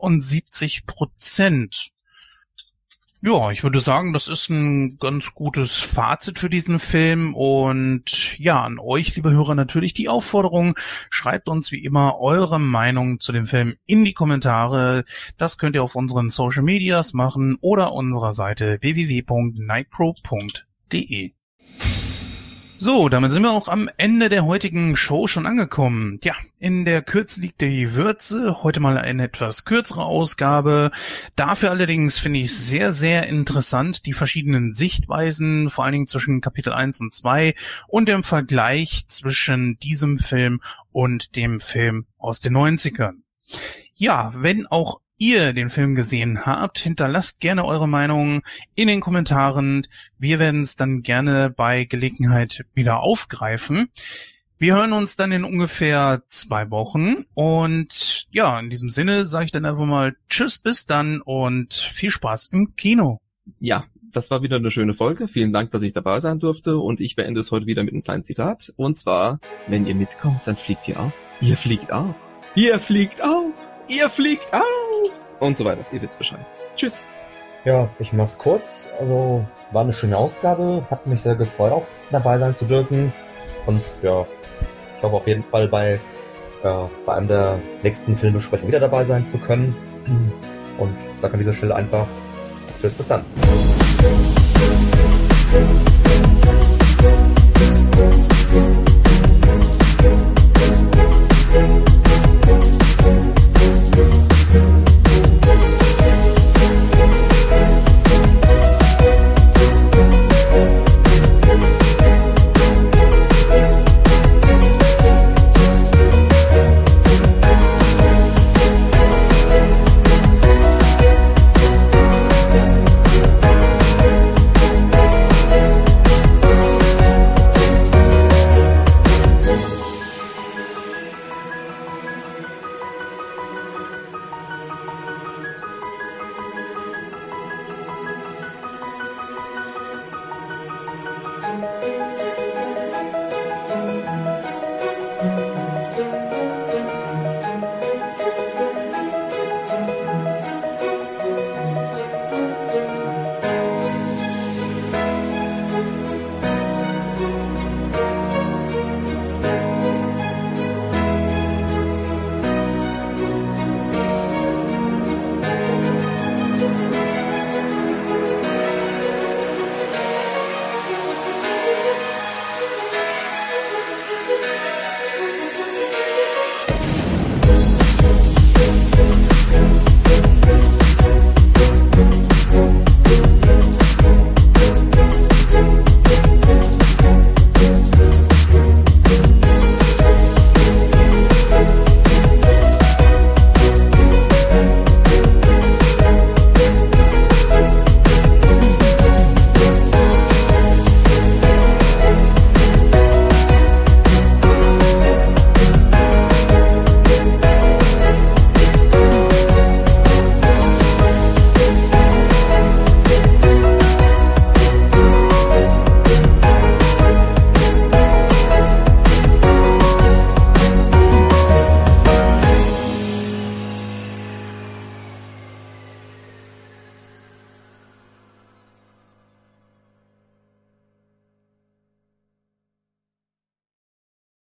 78%. Ja, ich würde sagen, das ist ein ganz gutes Fazit für diesen Film und ja, an euch, liebe Hörer, natürlich die Aufforderung, schreibt uns wie immer eure Meinung zu dem Film in die Kommentare. Das könnt ihr auf unseren Social Medias machen oder unserer Seite www.nightcrow.de. So, damit sind wir auch am Ende der heutigen Show schon angekommen. Ja, in der Kürze liegt die Würze. Heute mal eine etwas kürzere Ausgabe. Dafür allerdings finde ich sehr, sehr interessant die verschiedenen Sichtweisen, vor allen Dingen zwischen Kapitel 1 und 2 und dem Vergleich zwischen diesem Film und dem Film aus den 90ern. Ja, wenn auch ihr den Film gesehen habt, hinterlasst gerne eure Meinung in den Kommentaren. Wir werden es dann gerne bei Gelegenheit wieder aufgreifen. Wir hören uns dann in ungefähr 2 Wochen und ja, in diesem Sinne sage ich dann einfach mal Tschüss, bis dann und viel Spaß im Kino. Ja, das war wieder eine schöne Folge. Vielen Dank, dass ich dabei sein durfte und ich beende es heute wieder mit einem kleinen Zitat. Und zwar, wenn ihr mitkommt, dann fliegt ihr auch. Ihr fliegt auch. Ihr fliegt auch. Ihr fliegt auch. Und so weiter. Ihr wisst Bescheid. Tschüss. Ja, ich mach's kurz. Also, war eine schöne Ausgabe. Hat mich sehr gefreut, auch dabei sein zu dürfen. Und ja, ich hoffe auf jeden Fall bei einem der nächsten Filmbesprechungen wieder dabei sein zu können. Und sag an dieser Stelle einfach Tschüss, bis dann.